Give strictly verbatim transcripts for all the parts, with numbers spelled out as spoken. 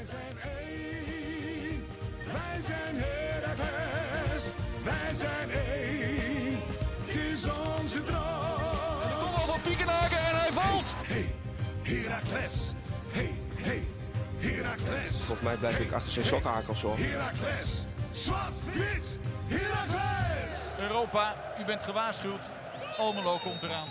zijn één, wij zijn Heracles, wij zijn één, het is onze droom. De goal van Piekenhaken en hij valt. Hey, Heracles, hey, hey, Heracles. Volgens mij blijf ik achter zijn sokkenhakels hoor. Heracles, zwart, wit, Heracles. Europa, u bent gewaarschuwd. Almelo komt eraan.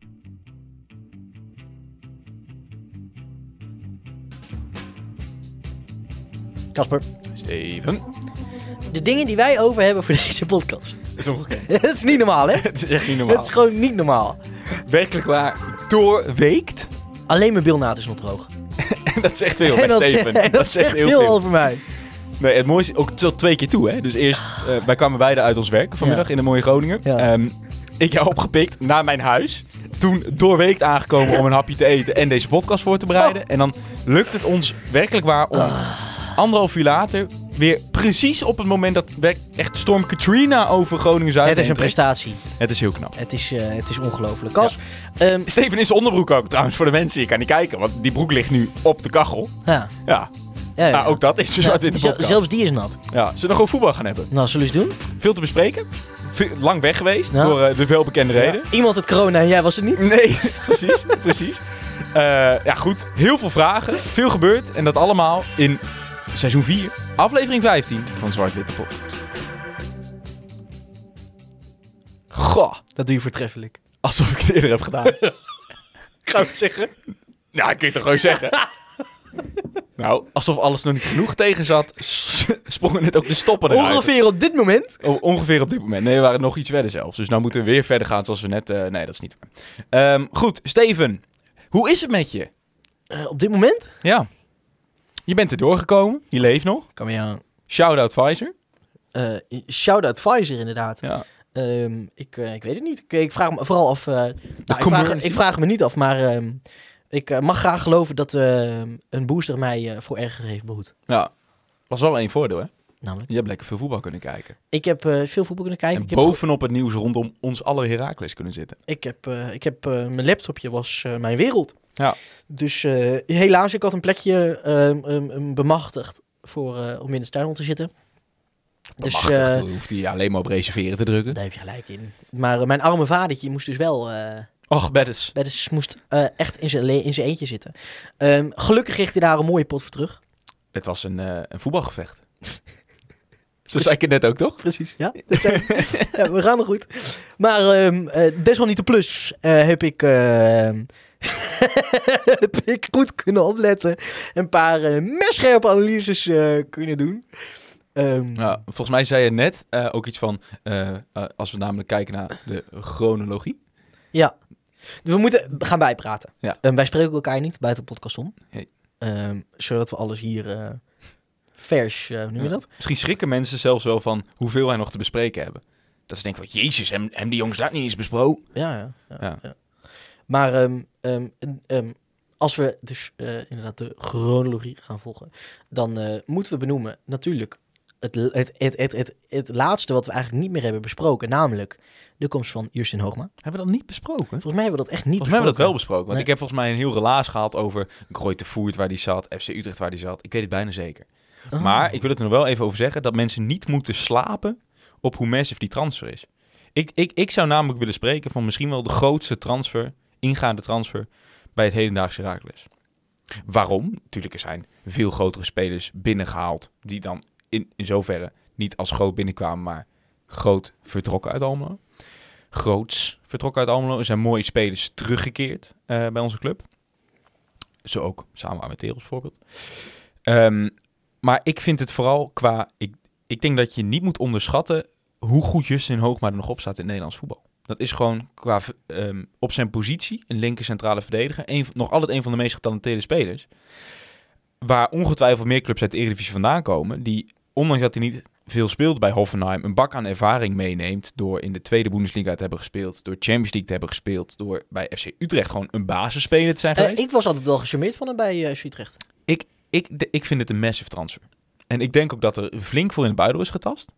Kasper, Steven. de dingen die wij over hebben voor deze podcast. Dat is ongekend. Dat is niet normaal, hè? Het is echt niet normaal. Dat is gewoon niet normaal. Werkelijk waar. Doorweekt. Alleen mijn bilnaad is nog droog. En dat zegt veel bij En dat, Steven. en dat zegt heel veel veel. over mij. Nee, het mooiste ook tot twee keer toe, hè. Dus eerst, uh, wij kwamen beide uit ons werk vanmiddag Ja. in de mooie Groningen. Ja. Um, ik jou opgepikt naar mijn huis. Toen doorweekt aangekomen om een hapje te eten en deze podcast voor te bereiden. Oh. En dan lukt het ons werkelijk waar om Ah. anderhalf uur later weer precies op het moment dat werk- echt storm Katrina over Groningen-Zuid Het is een heen trekt. prestatie. Het is heel knap. Het is, uh, het is ongelooflijk. Kas, ja. um, Steven is zijn onderbroek ook trouwens voor de mensen. Je kan niet kijken, want die broek ligt nu op de kachel. ja. Ja, Ja, ja. Nou, ook dat is dus Ja, uit in de zel- podcast. zelfs die is nat. Ja, zullen we gewoon voetbal gaan hebben? Nou, zullen we eens doen? Veel te bespreken. Veel- lang weg geweest Ja. door uh, de welbekende reden. Ja. Iemand had corona en jij was het niet? Nee, precies, precies. Uh, ja, goed. Heel veel vragen. Veel gebeurd. En dat allemaal in seizoen vier, aflevering vijftien van Zwart-Witte Podcast. Goh, Dat doe je voortreffelijk. alsof ik het eerder heb gedaan. Ga ik het zeggen? Nou, ik kun je toch gewoon zeggen. Nou, alsof alles nog niet genoeg tegen zat, s- sprongen net ook de stoppen eruit. Ongeveer op dit moment. O- ongeveer op dit moment. Nee, we waren nog iets verder zelfs. Dus nou moeten we weer verder gaan zoals we net... Uh, nee, dat is niet waar. Um, goed, Steven. Hoe is het met je? Uh, op dit moment? Ja. Je bent er doorgekomen. Je leeft nog. Kan je aan. Shout-out Pfizer. Uh, shout-out Pfizer inderdaad. Ja. Um, ik, uh, ik weet het niet. Ik, ik vraag me vooral af... Uh, nou, ik, vraag, community. ik vraag me niet af, maar... Um, ik uh, mag graag geloven dat uh, een booster mij uh, voor erger heeft behoed. Ja. Was wel één voordeel, hè? Namelijk? Je hebt lekker veel voetbal kunnen kijken. Ik heb uh, veel voetbal kunnen kijken. En ik heb bovenop het nieuws rondom ons aller Heracles kunnen zitten. Ik heb, uh, ik heb uh, mijn laptopje was uh, mijn wereld. Ja. Dus uh, helaas, ik had een plekje um, um, um, bemachtigd voor, uh, om in de tuin te zitten. Dus Bemachtigd, uh, hoeft hij alleen maar op reserveren te drukken. daar heb je gelijk in. Maar uh, mijn arme vadertje moest dus wel... Uh, Och, Beddes. Beddes moest uh, echt in zijn le- in zijn eentje zitten. Um, gelukkig kreeg hij daar een mooie pot voor terug. Het was een, uh, een voetbalgevecht. Zo zei ik het net ook, toch? Precies, ja. Dat zijn, ja, we gaan er goed. Maar um, uh, desalniettemin plus uh, heb ik... Uh, heb ik goed kunnen opletten. Een paar uh, messcherpe analyses uh, kunnen doen. Um, Ja, volgens mij zei je net uh, ook iets van... Uh, uh, als we namelijk kijken naar de chronologie. Ja. We moeten gaan bijpraten. Ja. Um, wij spreken elkaar niet buiten de podcast om. Nee. Um, zodat we alles hier uh, vers... Uh, hoe noem je Ja. dat? Misschien schrikken mensen zelfs wel van hoeveel wij nog te bespreken hebben. Dat ze denken van, jezus, hem, hem die jongens dat niet eens besproken. Ja, ja. ja, Ja. ja. Maar um, um, um, als we dus uh, inderdaad de chronologie gaan volgen, dan uh, moeten we benoemen natuurlijk het, het, het, het, het, het laatste wat we eigenlijk niet meer hebben besproken, namelijk de komst van Justin Hoogma. Hebben we dat niet besproken? Volgens mij hebben we dat echt niet Volgens mij hebben we dat wel besproken. besproken. Want Nee. ik heb volgens mij een heel relaas gehad over Greuther Fürth waar die zat, F C Utrecht waar die zat. Ik weet het bijna zeker. Oh. Maar ik wil het er nog wel even over zeggen dat mensen niet moeten slapen op hoe massive die transfer is. Ik, ik, ik zou namelijk willen spreken van misschien wel de grootste transfer, ingaande transfer, bij het hedendaagse Heracles. Waarom? Natuurlijk, er zijn veel grotere spelers binnengehaald die dan in, in zoverre niet als groot binnenkwamen, maar groot vertrokken uit Almelo. Groots vertrokken uit Almelo. Er zijn mooie spelers teruggekeerd uh, bij onze club. Zo ook samen met Teros bijvoorbeeld. Um, maar ik vind het vooral qua... Ik, ik denk dat je niet moet onderschatten hoe goed Justin Hoogma er nog op staat in het Nederlands voetbal. Dat is gewoon qua um, op zijn positie, een linker centrale verdediger, een, nog altijd een van de meest getalenteerde spelers. Waar ongetwijfeld meer clubs uit de Eredivisie vandaan komen, die, ondanks dat hij niet veel speelt bij Hoffenheim, een bak aan ervaring meeneemt door in de tweede Bundesliga te hebben gespeeld, door Champions League te hebben gespeeld, door bij F C Utrecht gewoon een basisspeler te zijn geweest. Uh, ik was altijd wel gecharmeerd van hem bij uh, F C Utrecht. Ik, ik, de, ik vind het een massive transfer. En ik denk ook dat er flink voor in het buidel is getast.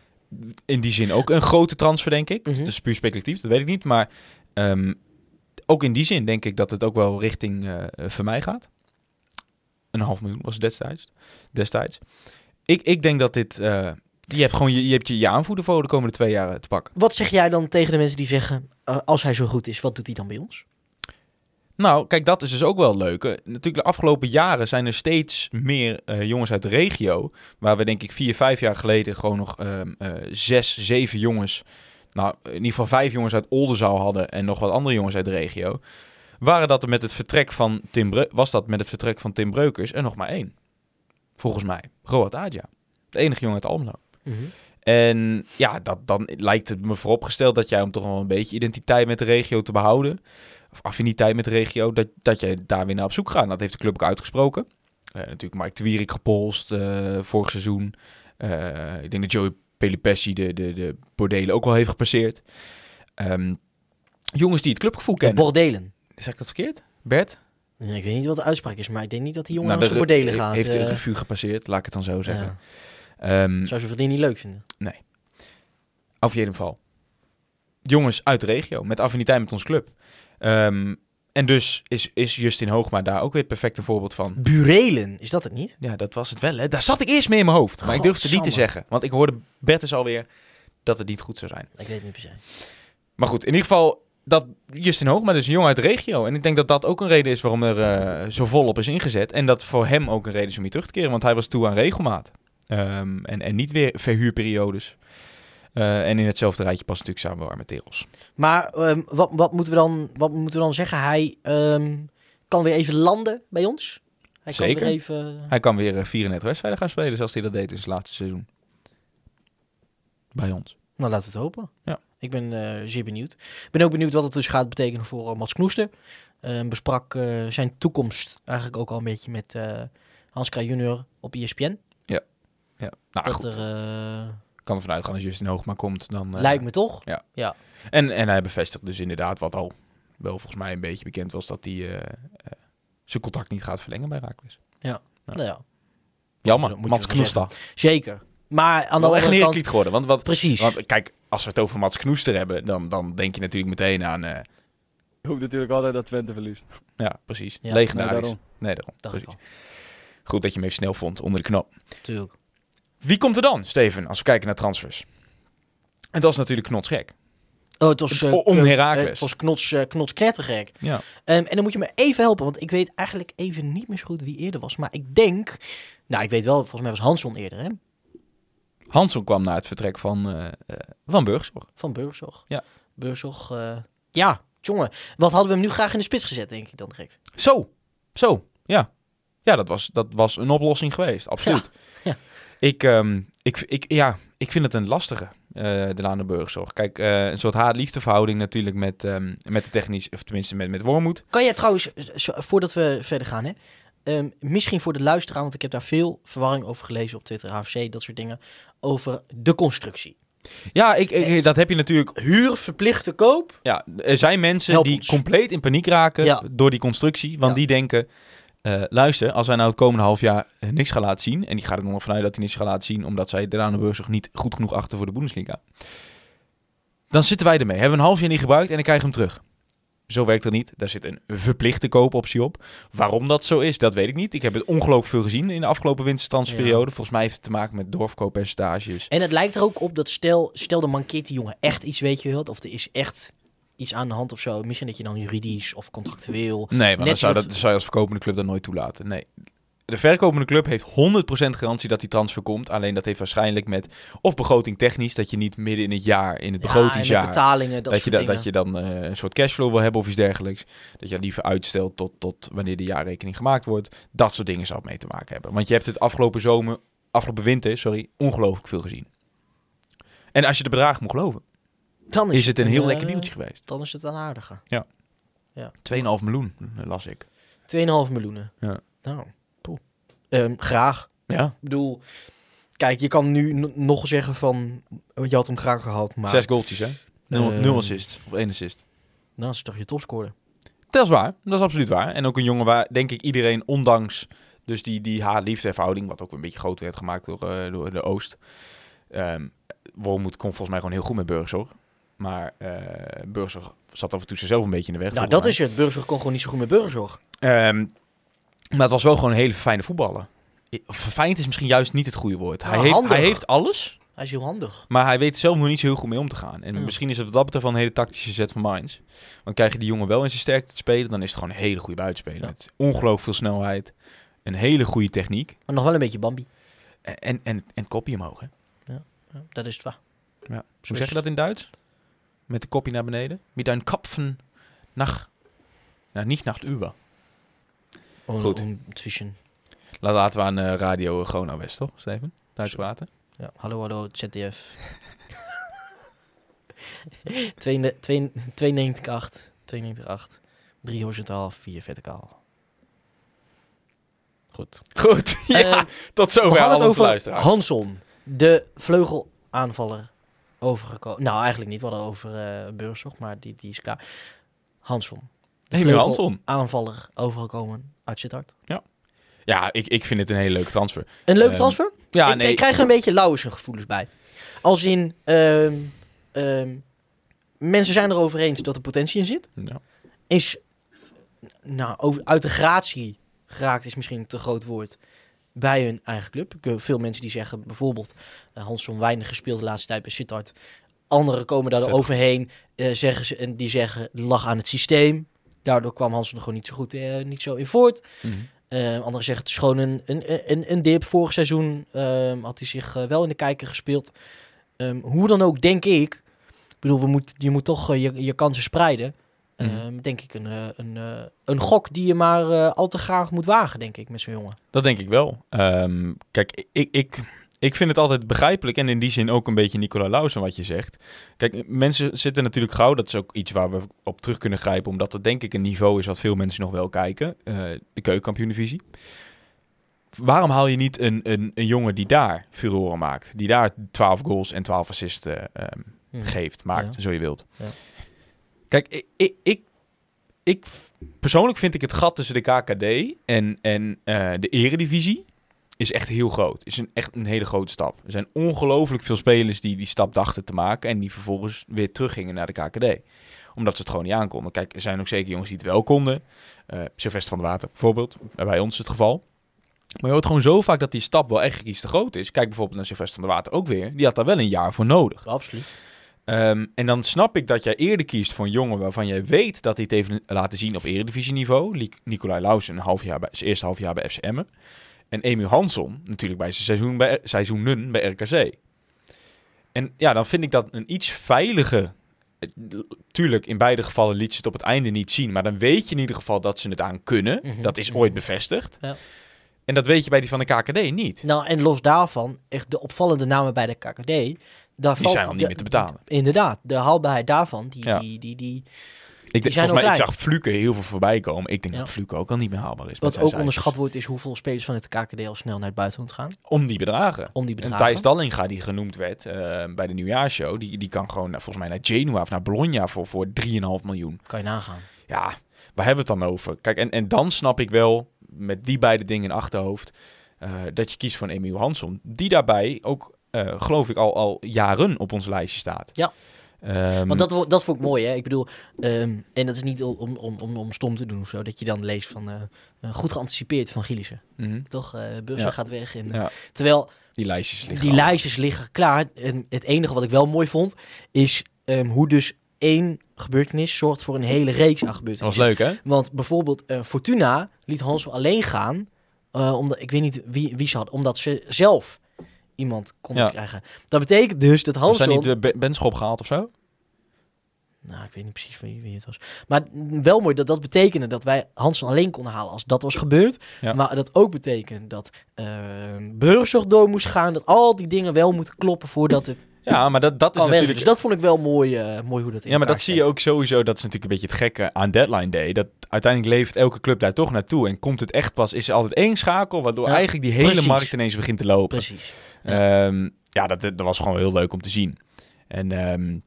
In die zin ook een grote transfer, denk ik. Mm-hmm. Dus puur speculatief, dat weet ik niet. Maar um, ook in die zin denk ik dat het ook wel richting uh, voor mij gaat. een half miljoen was het destijds. destijds. Ik, ik denk dat dit... Uh, je hebt gewoon je, je, hebt je, je aanvoerder voor de komende twee jaar te pakken. Wat zeg jij dan tegen de mensen die zeggen, uh, als hij zo goed is, wat doet hij dan bij ons? Nou, kijk, dat is dus ook wel leuk. Natuurlijk, de afgelopen jaren zijn er steeds meer uh, jongens uit de regio. Waar we denk ik vier, vijf jaar geleden gewoon nog uh, uh, zes, zeven jongens... Nou, in ieder geval vijf jongens uit Oldenzaal hadden en nog wat andere jongens uit de regio. Waren dat er met het vertrek van Tim Breu- was dat met het vertrek van Tim Breukers er nog maar één. Volgens mij. Road Adja. De enige jongen uit Almelo. Mm-hmm. En ja, dat, dan lijkt het me vooropgesteld dat jij om toch wel een beetje identiteit met de regio te behouden... of affiniteit met de regio, dat, dat je daar weer naar op zoek gaat. En dat heeft de club ook uitgesproken. Uh, natuurlijk Mike de Wierik gepolst uh, vorig seizoen. Uh, ik denk dat Joey Pelipessi de, de, de bordelen ook al heeft gepasseerd. Um, jongens die het clubgevoel De kennen. bordelen. Zeg ik dat verkeerd? Bert? Ja, ik weet niet wat de uitspraak is, maar ik denk niet dat die jongen Nou, naar zijn de- bordelen he- gaat. Heeft een uh, revue gepasseerd, laat ik het dan zo zeggen. ja. Um, Zou ze vriendin niet leuk vinden? Auf jeden Fall. Jongens uit de regio, met affiniteit met ons club. Um, en dus is, is Justin Hoogma daar ook weer het perfecte voorbeeld van. Burelen, is dat het niet? Ja, dat was het wel, hè. Daar zat ik eerst mee in mijn hoofd. Maar ik durfde het niet te Godsamme. zeggen. Want ik hoorde Bertus alweer dat het niet goed zou zijn. Ik weet het niet per se. Maar goed, in ieder geval, dat Justin Hoogma dus een jongen uit de regio. En ik denk dat dat ook een reden is waarom er uh, zo volop is ingezet. En dat voor hem ook een reden is om hier terug te keren. Want hij was toe aan regelmaat. Um, en, en niet weer verhuurperiodes. Uh, en in hetzelfde rijtje past natuurlijk Samuel Armenteros. Maar um, wat, wat, moeten we dan, wat moeten we dan zeggen? Hij um, kan weer even landen bij ons. Hij Zeker. kan weer even... Hij kan weer uh, vierendertig wedstrijden gaan spelen zoals hij dat deed in zijn laatste seizoen. Bij ons. Nou, laten we het hopen. Ja. Ik ben uh, zeer benieuwd. Ik ben ook benieuwd wat het dus gaat betekenen voor uh, Mats Knoester. Uh, besprak uh, zijn toekomst eigenlijk ook al een beetje met uh, Hans Kraaij junior op E S P N. Ja. Nou dat goed, er... Uh, kan ervan uitgaan als Justin Hoogma komt. Dan, uh, lijkt me toch? ja. ja. En, en hij bevestigt dus inderdaad wat al wel volgens mij een beetje bekend was, dat hij uh, uh, zijn contract niet gaat verlengen bij Heracles. Ja. Ja. Nou ja, Jammer, Moet je Mats ervan Knoester. zeker. Maar aan de Wel echt een andere kant... heerlijk geworden. Want, wat, Precies. want kijk, als we het over Mats Knoester hebben, dan, dan denk je natuurlijk meteen aan... Uh, Je hoopt natuurlijk altijd dat Twente verliest. ja, precies. Ja. Legendarisch. Nee, daarom. Nee, daarom. Dacht ik Precies. al. Goed dat je hem even snel vond onder de knop. Tuurlijk. Wie komt er dan, Steven, als we kijken naar transfers? En dat is natuurlijk knotsgek. Oh, het was... Het- uh, om uh, Heracles. Het was knots, uh, knots knettergek. Ja. Um, en dan moet je me even helpen, want ik weet eigenlijk even niet meer zo goed wie eerder was. Maar ik denk... Nou, ik weet wel, volgens mij was Hansson eerder, hè? Hansson kwam na het vertrek van, uh, uh, van Burgzorg. Van Burgzorg. Ja. Burgzorg, uh, ja, jongen. Wat hadden we hem nu graag in de spits gezet, denk ik dan direct. Zo, zo, ja. Ja, dat was, dat was een oplossing geweest, absoluut. Ja, ja. Ik, um, ik, ik, ja, ik vind het een lastige, uh, de Laan de Burgzorg. Kijk, uh, een soort haat-liefdeverhouding natuurlijk met, um, met de technisch, of tenminste met, met Wormoed. Kan jij trouwens, zo, voordat we verder gaan, hè? Um, misschien voor de luisteraar, want ik heb daar veel verwarring over gelezen op Twitter, H F C, dat soort dingen, over de constructie. Ja, ik, ik, dat heb je natuurlijk. Huur, verplichte koop. Ja, er zijn mensen Help die ons. compleet in paniek raken Ja. door die constructie. Want Ja. die denken, uh, luister, als hij nou het komende half jaar uh, niks gaat laten zien, en die gaat er nog vanuit dat hij niks gaat laten zien, omdat zij de Laan de Burgzorg niet goed genoeg achter voor de Bundesliga, dan zitten wij ermee. Hebben we een half jaar niet gebruikt en dan krijgen we hem terug. Zo werkt het niet. Daar zit een verplichte koopoptie op. Waarom dat zo is, dat weet ik niet. Ik heb het ongelooflijk veel gezien in de afgelopen winterstandsperiode. Ja. Volgens mij heeft het te maken met doorverkooppercentages. En het lijkt er ook op dat stel, stel er mankeert die jongen echt iets, weet je wel, of er is echt iets aan de hand of zo. Misschien dat je dan juridisch of contractueel... Nee, maar dan Net zou, wat- dat, zou je als verkopende club dat nooit toelaten. Nee. De verkopende club heeft honderd procent garantie dat die transfer komt. Alleen dat heeft waarschijnlijk met of begroting technisch, dat je niet midden in het jaar, in het Ja, begrotingsjaar, en met betalingen, dat, dat, je soort da- dat je dingen. dan uh, een soort cashflow wil hebben of iets dergelijks. Dat je dat liever uitstelt tot, tot wanneer de jaarrekening gemaakt wordt. Dat soort dingen zou het mee te maken hebben. Want je hebt het afgelopen zomer, afgelopen winter, sorry, ongelooflijk veel gezien. En als je de bedragen moet geloven, Dan is het een heel eh, lekker deeltje geweest. Dan is het een aardige. twee komma vijf miljoen, las ik. twee komma vijf miljoen. Ja. Nou, poeh. Um, graag. Ja. Ik bedoel, kijk, je kan nu n- nog zeggen van, je had hem graag gehad, maar Zes goaltjes, hè? Nul, Ehm. nul assist. Of één assist. dan is het toch je topscorer. Dat is waar. Dat is absoluut waar. En ook een jongen waar, denk ik, iedereen, ondanks dus die, die haat-liefde-verhouding, wat ook een beetje groter werd gemaakt door, uh, door de Oost. Um, Wormoed kon volgens mij gewoon heel goed met Burgzorg. Maar uh, Burgzorg zat af en toe zichzelf een beetje in de weg. Nou, volgens dat is het. Burgzorg kon gewoon niet zo goed met Burgzorg. mij. Um, Maar het was wel gewoon een hele fijne voetballer. Verfijnd is misschien juist niet het goede woord. Hij, Nou, heeft, handig. hij heeft alles, Hij is heel handig. maar hij weet zelf nog niet zo heel goed mee om te gaan. En Ja. misschien is het wat dat betreft wel een hele tactische zet van Mainz. Want krijg je die jongen wel in zijn sterkte te spelen, dan is het gewoon een hele goede buitenspeler. Ja. Met ongelooflijk veel snelheid, een hele goede techniek Maar nog wel een beetje Bambi. en, en, en, en kopje omhoog. Hè? Ja, dat is het waar. Ja. Hoe zeg je dat in Duits? Met de kopje naar beneden? Mit een Kopfen nach... Nou, niet nach über. Om, Goed. om tussen. Laten we aan uh, Radio Gronau West, toch, Steven? Duits praten. Ja, hallo, hallo, Z D F. tweeënnegentig komma acht, tweeënnegentig komma acht, drie horizontaal, vier verticaal. Goed. Goed, ja, Eh, tot We zover gaan al het onze over luisteraars. Hansson, de vleugelaanvaller, overgekomen. Nou, eigenlijk niet. We hadden over uh, Beurshoch, maar die, die is klaar. Hansson. De Emil Hansson. aanvaller overgekomen uit Sittard. Ja, ik, ik vind het een hele leuke transfer. Een leuke Ehm, transfer? Ja, ik, nee. ik krijg er een beetje Lauwersen gevoelens bij. Als in, ehm, ehm, mensen zijn erover eens dat er potentie in zit. Ja. Is, nou, over, uit de gratie geraakt is misschien een te groot woord bij hun eigen club. Ik heb veel mensen die zeggen bijvoorbeeld, uh, Hansson weinig gespeeld de laatste tijd bij Sittard. Anderen komen daar Ontzettend overheen, uh, zeggen ze, en die zeggen, lag aan het systeem. Daardoor kwam Hansson er gewoon niet zo goed uh, niet zo in voort. Mhm. Uh, anderen zeggen het is gewoon een, een, een, een dip. Vorig seizoen um, had hij zich uh, wel in de kijker gespeeld. Um, hoe dan ook, denk ik. Ik bedoel, we moet, je moet toch uh, je, je kansen spreiden. Um, Mhm. Denk ik een, uh, een, uh, een gok die je maar uh, al te graag moet wagen, denk ik, met zo'n jongen. Dat denk ik wel. Um, kijk, ik, ik, ik vind het altijd begrijpelijk en in die zin ook een beetje Nicola Lausen wat je zegt. Kijk, mensen zitten natuurlijk gauw, dat is ook iets waar we op terug kunnen grijpen, omdat het denk ik een niveau is wat veel mensen nog wel kijken. Uh, de keukenkampioen-divisie. Waarom haal je niet een, een, een jongen die daar furoren maakt? Die daar twaalf goals en twaalf assists uh, um, Hmm. geeft, maakt, Ja. zo je wilt. Ja. Kijk, ik, ik, ik, ik persoonlijk vind ik het gat tussen de K K D en, en uh, de eredivisie is echt heel groot. Is een, echt een hele grote stap. Er zijn ongelooflijk veel spelers die die stap dachten te maken en die vervolgens weer teruggingen naar de K K D. Omdat ze het gewoon niet aankonden. Kijk, er zijn ook zeker jongens die het wel konden. Uh, Sylvester van der Water bijvoorbeeld, bij ons het geval. Maar je hoort gewoon zo vaak dat die stap wel echt iets te groot is. Kijk bijvoorbeeld naar Sylvester van der Water ook weer. Die had daar wel een jaar voor nodig. Absoluut. Um, en dan snap ik dat jij eerder kiest voor een jongen waarvan jij weet dat hij het heeft laten zien op eredivisieniveau. Li- Nicolai Lausen een half jaar bij, zijn eerste half jaar bij F C Emmen. En Emil Hansson natuurlijk bij zijn seizoen bij, seizoenen bij R K C. En ja, dan vind ik dat een iets veiliger. Tuurlijk, in beide gevallen liet ze het op het einde niet zien. Maar dan weet je in ieder geval dat ze het aan kunnen. Mm-hmm. Dat is ooit bevestigd. Ja. En dat weet je bij die van de K K D niet. Nou, en los daarvan, echt de opvallende namen bij de K K D... Daar Die valt zijn al niet de- meer te betalen. Inderdaad, de haalbaarheid daarvan, die, Ja. die, die, die, Ik, zijn volgens mij, ook ik klein. zag Fluke heel veel voorbij komen. Ik denk Ja. dat Fluke ook al niet meer haalbaar is. met wat zijn ook cijfers. onderschat wordt, is hoeveel spelers van het K K D al snel naar het buitenland gaan. Om die bedragen. Om die En bedragen. Thijs Dallinga, die genoemd werd uh, bij de nieuwjaarshow, die, die kan gewoon uh, volgens mij naar Genoa of naar Bologna voor, voor drie komma vijf miljoen. Kan je nagaan. Ja, waar hebben we het dan over? Kijk, en, en dan snap ik wel, met die beide dingen in achterhoofd, uh, dat je kiest voor een Emil Hansson. Die daarbij ook, uh, geloof ik, al, al jaren op ons lijstje staat. Ja. Um, Want dat, wo- dat vond ik mooi, hè. Ik bedoel, um, en dat is niet om, om, om, om stom te doen of zo, dat je dan leest van, uh, uh, goed geanticipeerd van Gielissen. mm-hmm. Toch, uh, Bursa Ja. gaat weg. En, Ja. Terwijl Die lijstjes liggen die al. lijstjes liggen klaar. En het enige wat ik wel mooi vond, is um, hoe dus één gebeurtenis zorgt voor een hele reeks aan Dat gebeurtenissen. was leuk, hè? Want bijvoorbeeld uh, Fortuna liet Hansson alleen gaan, uh, omdat, ik weet niet wie, wie ze had, omdat ze zelf iemand konden Ja. krijgen. Dat betekent dus dat Was Hansson... daar niet uh, Ben- Benschop gehaald of zo? Nou, ik weet niet precies wie, wie het was. Maar wel mooi dat dat betekende dat wij Hansson alleen konden halen als dat was gebeurd. Ja. Maar dat ook betekent dat uh, Burgzorg door moest gaan. Dat al die dingen wel moeten kloppen voordat het Ja, maar dat, dat is kan werken. natuurlijk... Dus dat vond ik wel mooi, uh, mooi hoe dat in Ja, maar elkaar dat zie je steekt. ook sowieso. Dat is natuurlijk een beetje het gekke aan Deadline Day. Dat uiteindelijk levert elke club daar toch naartoe. En komt het echt pas, is er altijd één schakel, waardoor Ja, eigenlijk die hele precies. markt ineens begint te lopen. Precies. Ja, um, ja dat, dat was gewoon heel leuk om te zien. En um,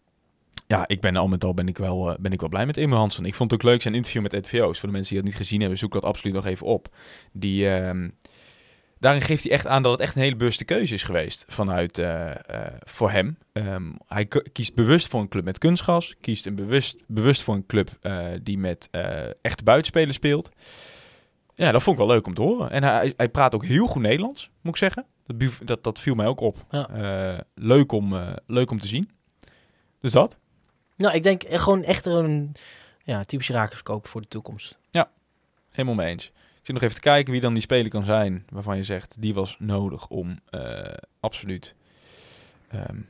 ja, ik ben al met al ben ik wel, uh, ben ik wel blij met Emil Hansson. Ik vond het ook leuk zijn interview met Ed V O's. Voor de mensen die dat niet gezien hebben, zoek dat absoluut nog even op. Die... Um, Daarin geeft hij echt aan dat het echt een hele bewuste keuze is geweest vanuit uh, uh, voor hem. Um, hij k- kiest bewust voor een club met kunstgras. Kiest een bewust, bewust voor een club uh, die met uh, echte buitenspelers speelt. Ja, dat vond ik wel leuk om te horen. En hij, hij praat ook heel goed Nederlands, moet ik zeggen. Dat, bev- dat, dat viel mij ook op. Ja. Uh, leuk, om, uh, leuk om te zien. Dus dat. Nou, ik denk gewoon echt een ja, typische Heracles kopen voor de toekomst. Helemaal mee eens. Ik zit nog even te kijken wie dan die speler kan zijn waarvan je zegt, die was nodig om uh, absoluut um,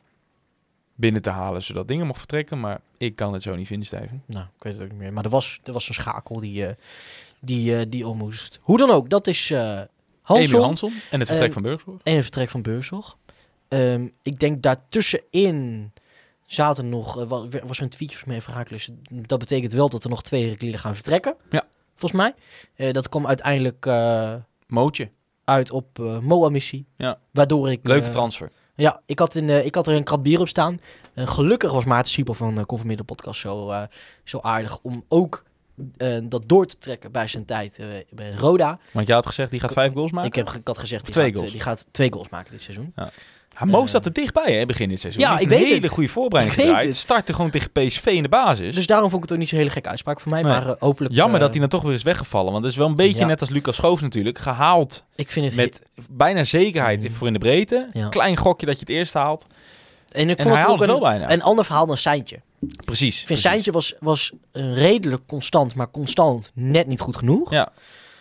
binnen te halen, zodat dingen mocht vertrekken. Maar ik kan het zo niet vinden, Steven. Nou, ik weet het ook niet meer. Maar er was, er was een schakel die, uh, die, uh, die om moest. Hoe dan ook, dat is uh, Hansson. Emil Hansson en het vertrek um, van Burgzorg. En het vertrek van Burgzorg. Um, ik denk daartussenin zaten nog, uh, was, was er een tweetje van mij van Heracles. Dat betekent wel dat er nog twee Heracles gaan vertrekken. Ja. Volgens mij. Uh, dat kwam uiteindelijk uh, Mootje. uit op uh, Moa-missie. Ja. Waardoor ik... Leuke uh, transfer. Ja, ik had, in, uh, ik had er een krat bier op staan. Uh, gelukkig was Maarten Siepel van uh, Conformiddel Podcast zo, uh, zo aardig om ook uh, dat door te trekken bij zijn tijd uh, bij Roda. Want je had gezegd, die gaat vijf goals maken? Ik heb ik had gezegd, die, twee gaat, goals. Uh, die gaat twee goals maken dit seizoen. Ja. Ja, Mo Uh, zat er dichtbij, hè, begin dit seizoen. Ja, Die ik heeft weet een hele het. goede voorbereiding Ik weet gedraaid. het. Startte gewoon tegen P S V in de basis. Dus daarom vond ik het ook niet zo'n hele gekke uitspraak van mij. Nee. Maar uh, hopelijk... Jammer uh, dat hij dan toch weer is weggevallen. Want het is wel een beetje Ja. net als Lucas Schoofs natuurlijk. Gehaald Ik vind het... met bijna zekerheid Mm. voor in de breedte. Ja. Klein gokje dat je het eerst haalt. En ik En vond hij het ook haalde het een, wel bijna. een ander verhaal dan Seintje. Precies. Ik vind precies. Seintje was, was uh, redelijk constant, maar constant net niet goed genoeg. Ja.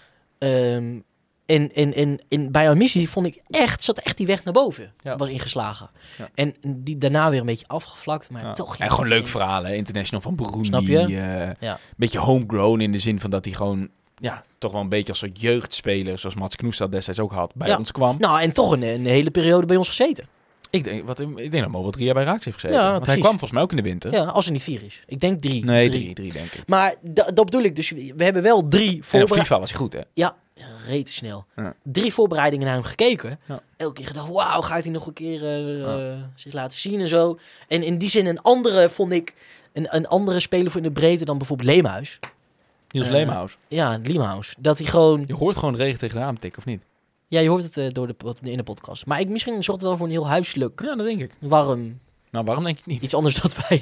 Um, en, en, en, en bij een missie vond ik echt, zat echt die weg naar boven. Ja. Was ingeslagen. Ja. En die daarna weer een beetje afgevlakt, maar Ja. toch... En gewoon leuk verhalen. International van Burundi. Snap je? Uh, Ja. Beetje homegrown in de zin van dat hij gewoon... Ja, toch wel een beetje als soort jeugdspeler, zoals Mats Knoes dat destijds ook had, bij Ja. ons kwam. Nou, en toch een, een hele periode bij ons gezeten. Ik denk, wat, ik denk dat Mo wel drie jaar bij Raaks heeft gezeten. Ja, Want hij precies. kwam volgens mij ook in de winter. Ja, als er niet vier is. Ik denk drie. Nee, drie, drie denk ik. Maar da- dat bedoel ik. Dus we we hebben wel drie En op voorbereidingen. FIFA was hij goed, hè? Ja, rete snel. Ja. Drie voorbereidingen naar hem gekeken. Ja. Elke keer gedacht, wauw, gaat hij nog een keer uh, Ja. uh, zich laten zien en zo. En in die zin een andere, vond ik, een, een andere speler voor in de breedte dan bijvoorbeeld Leemhuis. Niels Uh, Leemhuis. Ja, Leemhuis. Dat hij gewoon... Je hoort gewoon de regen tegen de raam tikken, of niet? Ja, je hoort het uh, door de, pod- in de podcast. Maar ik, misschien zorgt het wel voor een heel huiselijk, Ja, dat denk ik. warm, Nou, waarom denk ik niet? iets anders dan wij.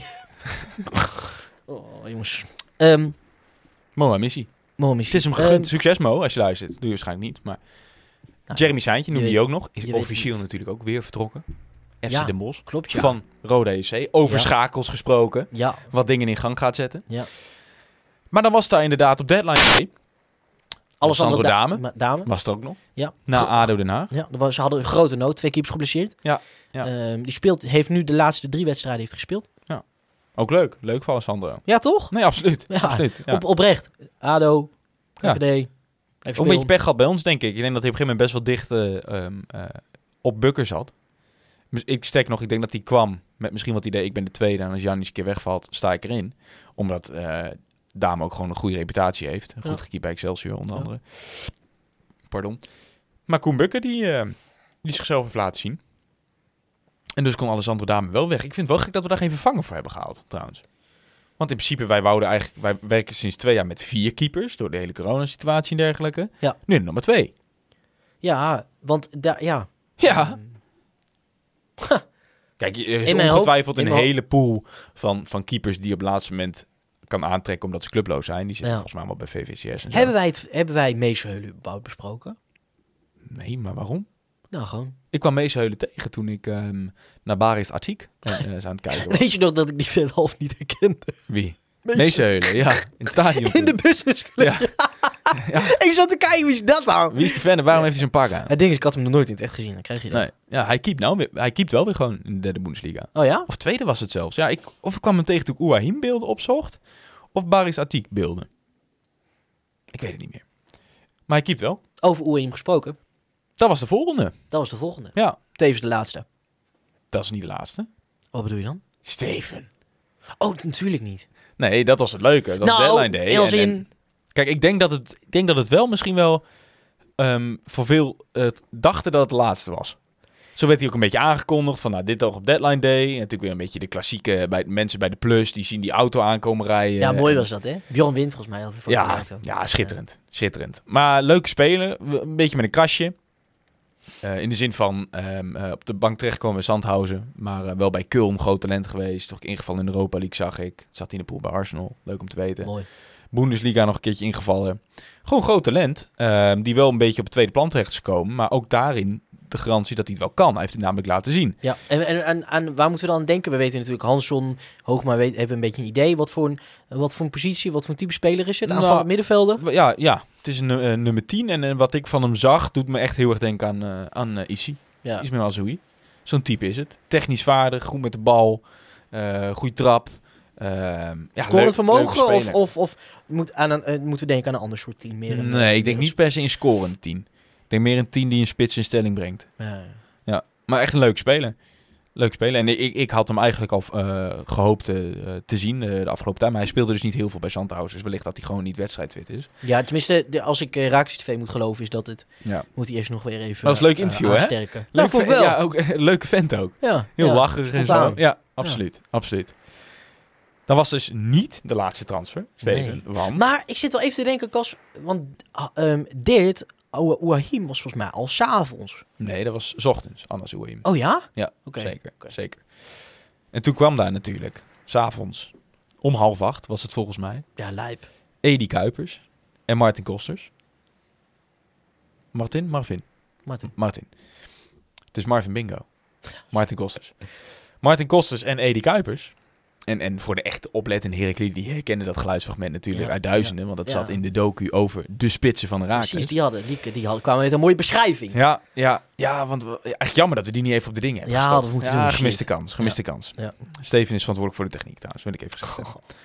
oh, jongens. Um, Mo, missie. Mooi Het is hem Ehm, gegund. Succes, Mo, als je luistert. Doe je waarschijnlijk niet, maar... nou, Jeremy Seintje noemde je je weet- ook nog. Is je weet officieel niet. natuurlijk ook weer vertrokken. F C Ja. Den Bosch. Klopt, ja. Van Roda J C. Over Ja. schakels gesproken. Ja, Wat dingen in gang gaat zetten. ja. Maar dan was daar inderdaad op deadline day. Alessandro da- Dame. ma- Dame. Was het ook nog. Ja. Na Go- ADO Den Haag. Ja, er was, ze hadden een grote nood. Twee keepers geblesseerd. Ja, ja. Ehm, die speelt, heeft nu de laatste drie wedstrijden heeft gespeeld. Ook leuk. Leuk voor Alessandro. Ja, toch? Nee, absoluut. Ja, absoluut. Ja. Op, oprecht. ADO, K Ja. K D. lekker Ook een spelen. beetje pech gehad bij ons, denk ik. Ik denk dat hij op een gegeven moment best wel dicht eh, ehm, eh, op Bukker zat. Dus ik sterk nog, ik denk dat hij kwam met misschien wat idee, ik ben de tweede en als Jannis een keer wegvalt, sta ik erin. Omdat eh Dame ook gewoon een goede reputatie heeft. Goed Ja. gekiept bij Excelsior onder Ja. andere. Pardon. Maar Koen Bukker, die, eh, die zichzelf heeft laten zien. En dus kon Alessandro Dame wel weg. Ik vind het wel gek dat we daar geen vervanger voor hebben gehaald, trouwens. Want in principe, wij wouden eigenlijk, wij werken sinds twee jaar met vier keepers, door de hele coronasituatie en dergelijke. Ja. Nu nog maar twee. Ja, want daar, ja. Ja. Ehm, Kijk, er is In mijn ongetwijfeld hoofd- in een mijn hele pool van, van keepers die op het laatste moment kan aantrekken omdat ze clubloos zijn. Die zitten Ja. volgens mij wel bij V V C S en zo. hebben wij het, hebben wij Meesheulen überhaupt besproken? Nee, maar waarom? Nou, gewoon. Ik kwam Meesheulen tegen toen ik ehm, naar Baris Artiek uh, aan het kijken was. Weet je nog dat ik die verder half niet herkende? Wie? Meesheulen, ja. In het stadion. In de business club. Ja. Ja. Ik zat te kijken, wie is dat dan? Wie is die fan en waarom heeft hij zo'n pak aan? Het ding is, ik had hem nog nooit in het echt gezien. Dan krijg je dat. Nee. Ja, hij keept nou weer, hij keept wel weer gewoon in de derde Bundesliga. Oh ja? Of tweede was het zelfs. Ja, ik, of ik kwam hem tegen toen ik Ouahim beelden opzocht. Of Baris Artiek beelden. Ik weet het niet meer. Maar hij keept wel. Over Oeim gesproken. Dat was de volgende. Dat was de volgende. Ja. Tevens de laatste. Dat is niet de laatste. Wat bedoel je dan? Steven. Oh, natuurlijk niet. Nee, dat was het leuke. Dat was deadline day. als En- en- in... Kijk, ik denk dat het, ik denk dat het wel misschien wel ehm, voor veel uh, dachten dat het de laatste was. Zo werd hij ook een beetje aangekondigd van nou, dit toch op deadline day. En natuurlijk weer een beetje de klassieke bij, mensen bij de Plus. Die zien die auto aankomen rijden. Ja, mooi En- was dat, hè? Bjorn Wind, volgens mij. Had het voor Ja, de auto. ja, schitterend. Schitterend. Maar leuke speler. Een beetje met een krasje. Uh, in de zin van um, uh, op de bank terechtkomen in Zandhausen. Maar uh, wel bij Köln groot talent geweest. Toch ingevallen in de Europa League, zag ik. Zat in de pool bij Arsenal. Leuk om te weten. Mooi. Bundesliga nog een keertje ingevallen. Gewoon groot talent. Uh, die wel een beetje op het tweede plan terecht is gekomen. Maar ook daarin de garantie dat hij het wel kan. Hij heeft het namelijk laten zien. Ja, en, en, en, en waar moeten we dan aan denken? We weten natuurlijk, Hansson, Hoogma weet, hebben een beetje een idee. Wat voor een, wat voor een positie, wat voor een type speler is het? Nou, Aanvallend middenvelder? Ja, ja, het is een uh, nummer tien. En uh, wat ik van hem zag, doet me echt heel erg denken aan, uh, aan uh, Issy. Ja. Ismail Azoui. Zo'n type is het. Technisch vaardig, goed met de bal. Uh, goede trap. Uh, ja, Scorend leuk, vermogen leuke of, speler. of, of moet aan een, uh, moeten we denken aan een ander soort team? Meer een, Nee, ik denk meer niet per se een scorend tien. Ik denk meer een tien die een spits in stelling brengt. een- Ja, ja. Ja, maar echt een leuke speler. Leuk speler. En ik, ik had hem eigenlijk al uh, gehoopt uh, te zien uh, de afgelopen tijd. Maar hij speelde dus niet heel veel bij Zandhausen. Dus wellicht dat hij gewoon niet wedstrijdfit is. Ja, tenminste, de, als ik uh, Raakles T V moet geloven, is dat het. Ja. Moet hij eerst nog weer even. Dat was een leuk uh, interview, hè? aansterken. Ja, Leuk vond ik ve- wel. Ja, ook een leuke vent ook. Ja, Heel ja, lacherig en zo. spontaan. Ja, absoluut. absoluut. Dat was dus niet de laatste transfer, Steven. Nee. Want... Maar ik zit wel even te denken, Cas, want uh, um, dit, Ouah- Ouahim was volgens mij al 's avonds. Nee, dat was 's ochtends, Anas Ouahim. Oh ja? Ja, Oké. zeker, Oké. zeker. En toen kwam daar natuurlijk, 's avonds, om half acht was het volgens mij, Ja, lijp. Edi Kuipers en Martin Kosters. Martin? Marvin? Martin. Martin. Het is Marvin Bingo. Martin Kosters. Martin Kosters en Edi Kuipers. En, en voor de echte oplettende Heracles, die herkennen dat geluidsfragment natuurlijk Ja, uit duizenden. Want dat ja. zat in de docu over de spitsen van de Raakles. Precies, die hadden, die, die hadden, kwamen met een mooie beschrijving. Ja, ja, ja, want we, eigenlijk jammer dat we die niet even op de dingen hebben Ja, gestopt. dat moeten we ja, doen, gemiste shit. kans, gemiste kans. Ja. Steven is verantwoordelijk voor de techniek trouwens, wil ik even zeggen.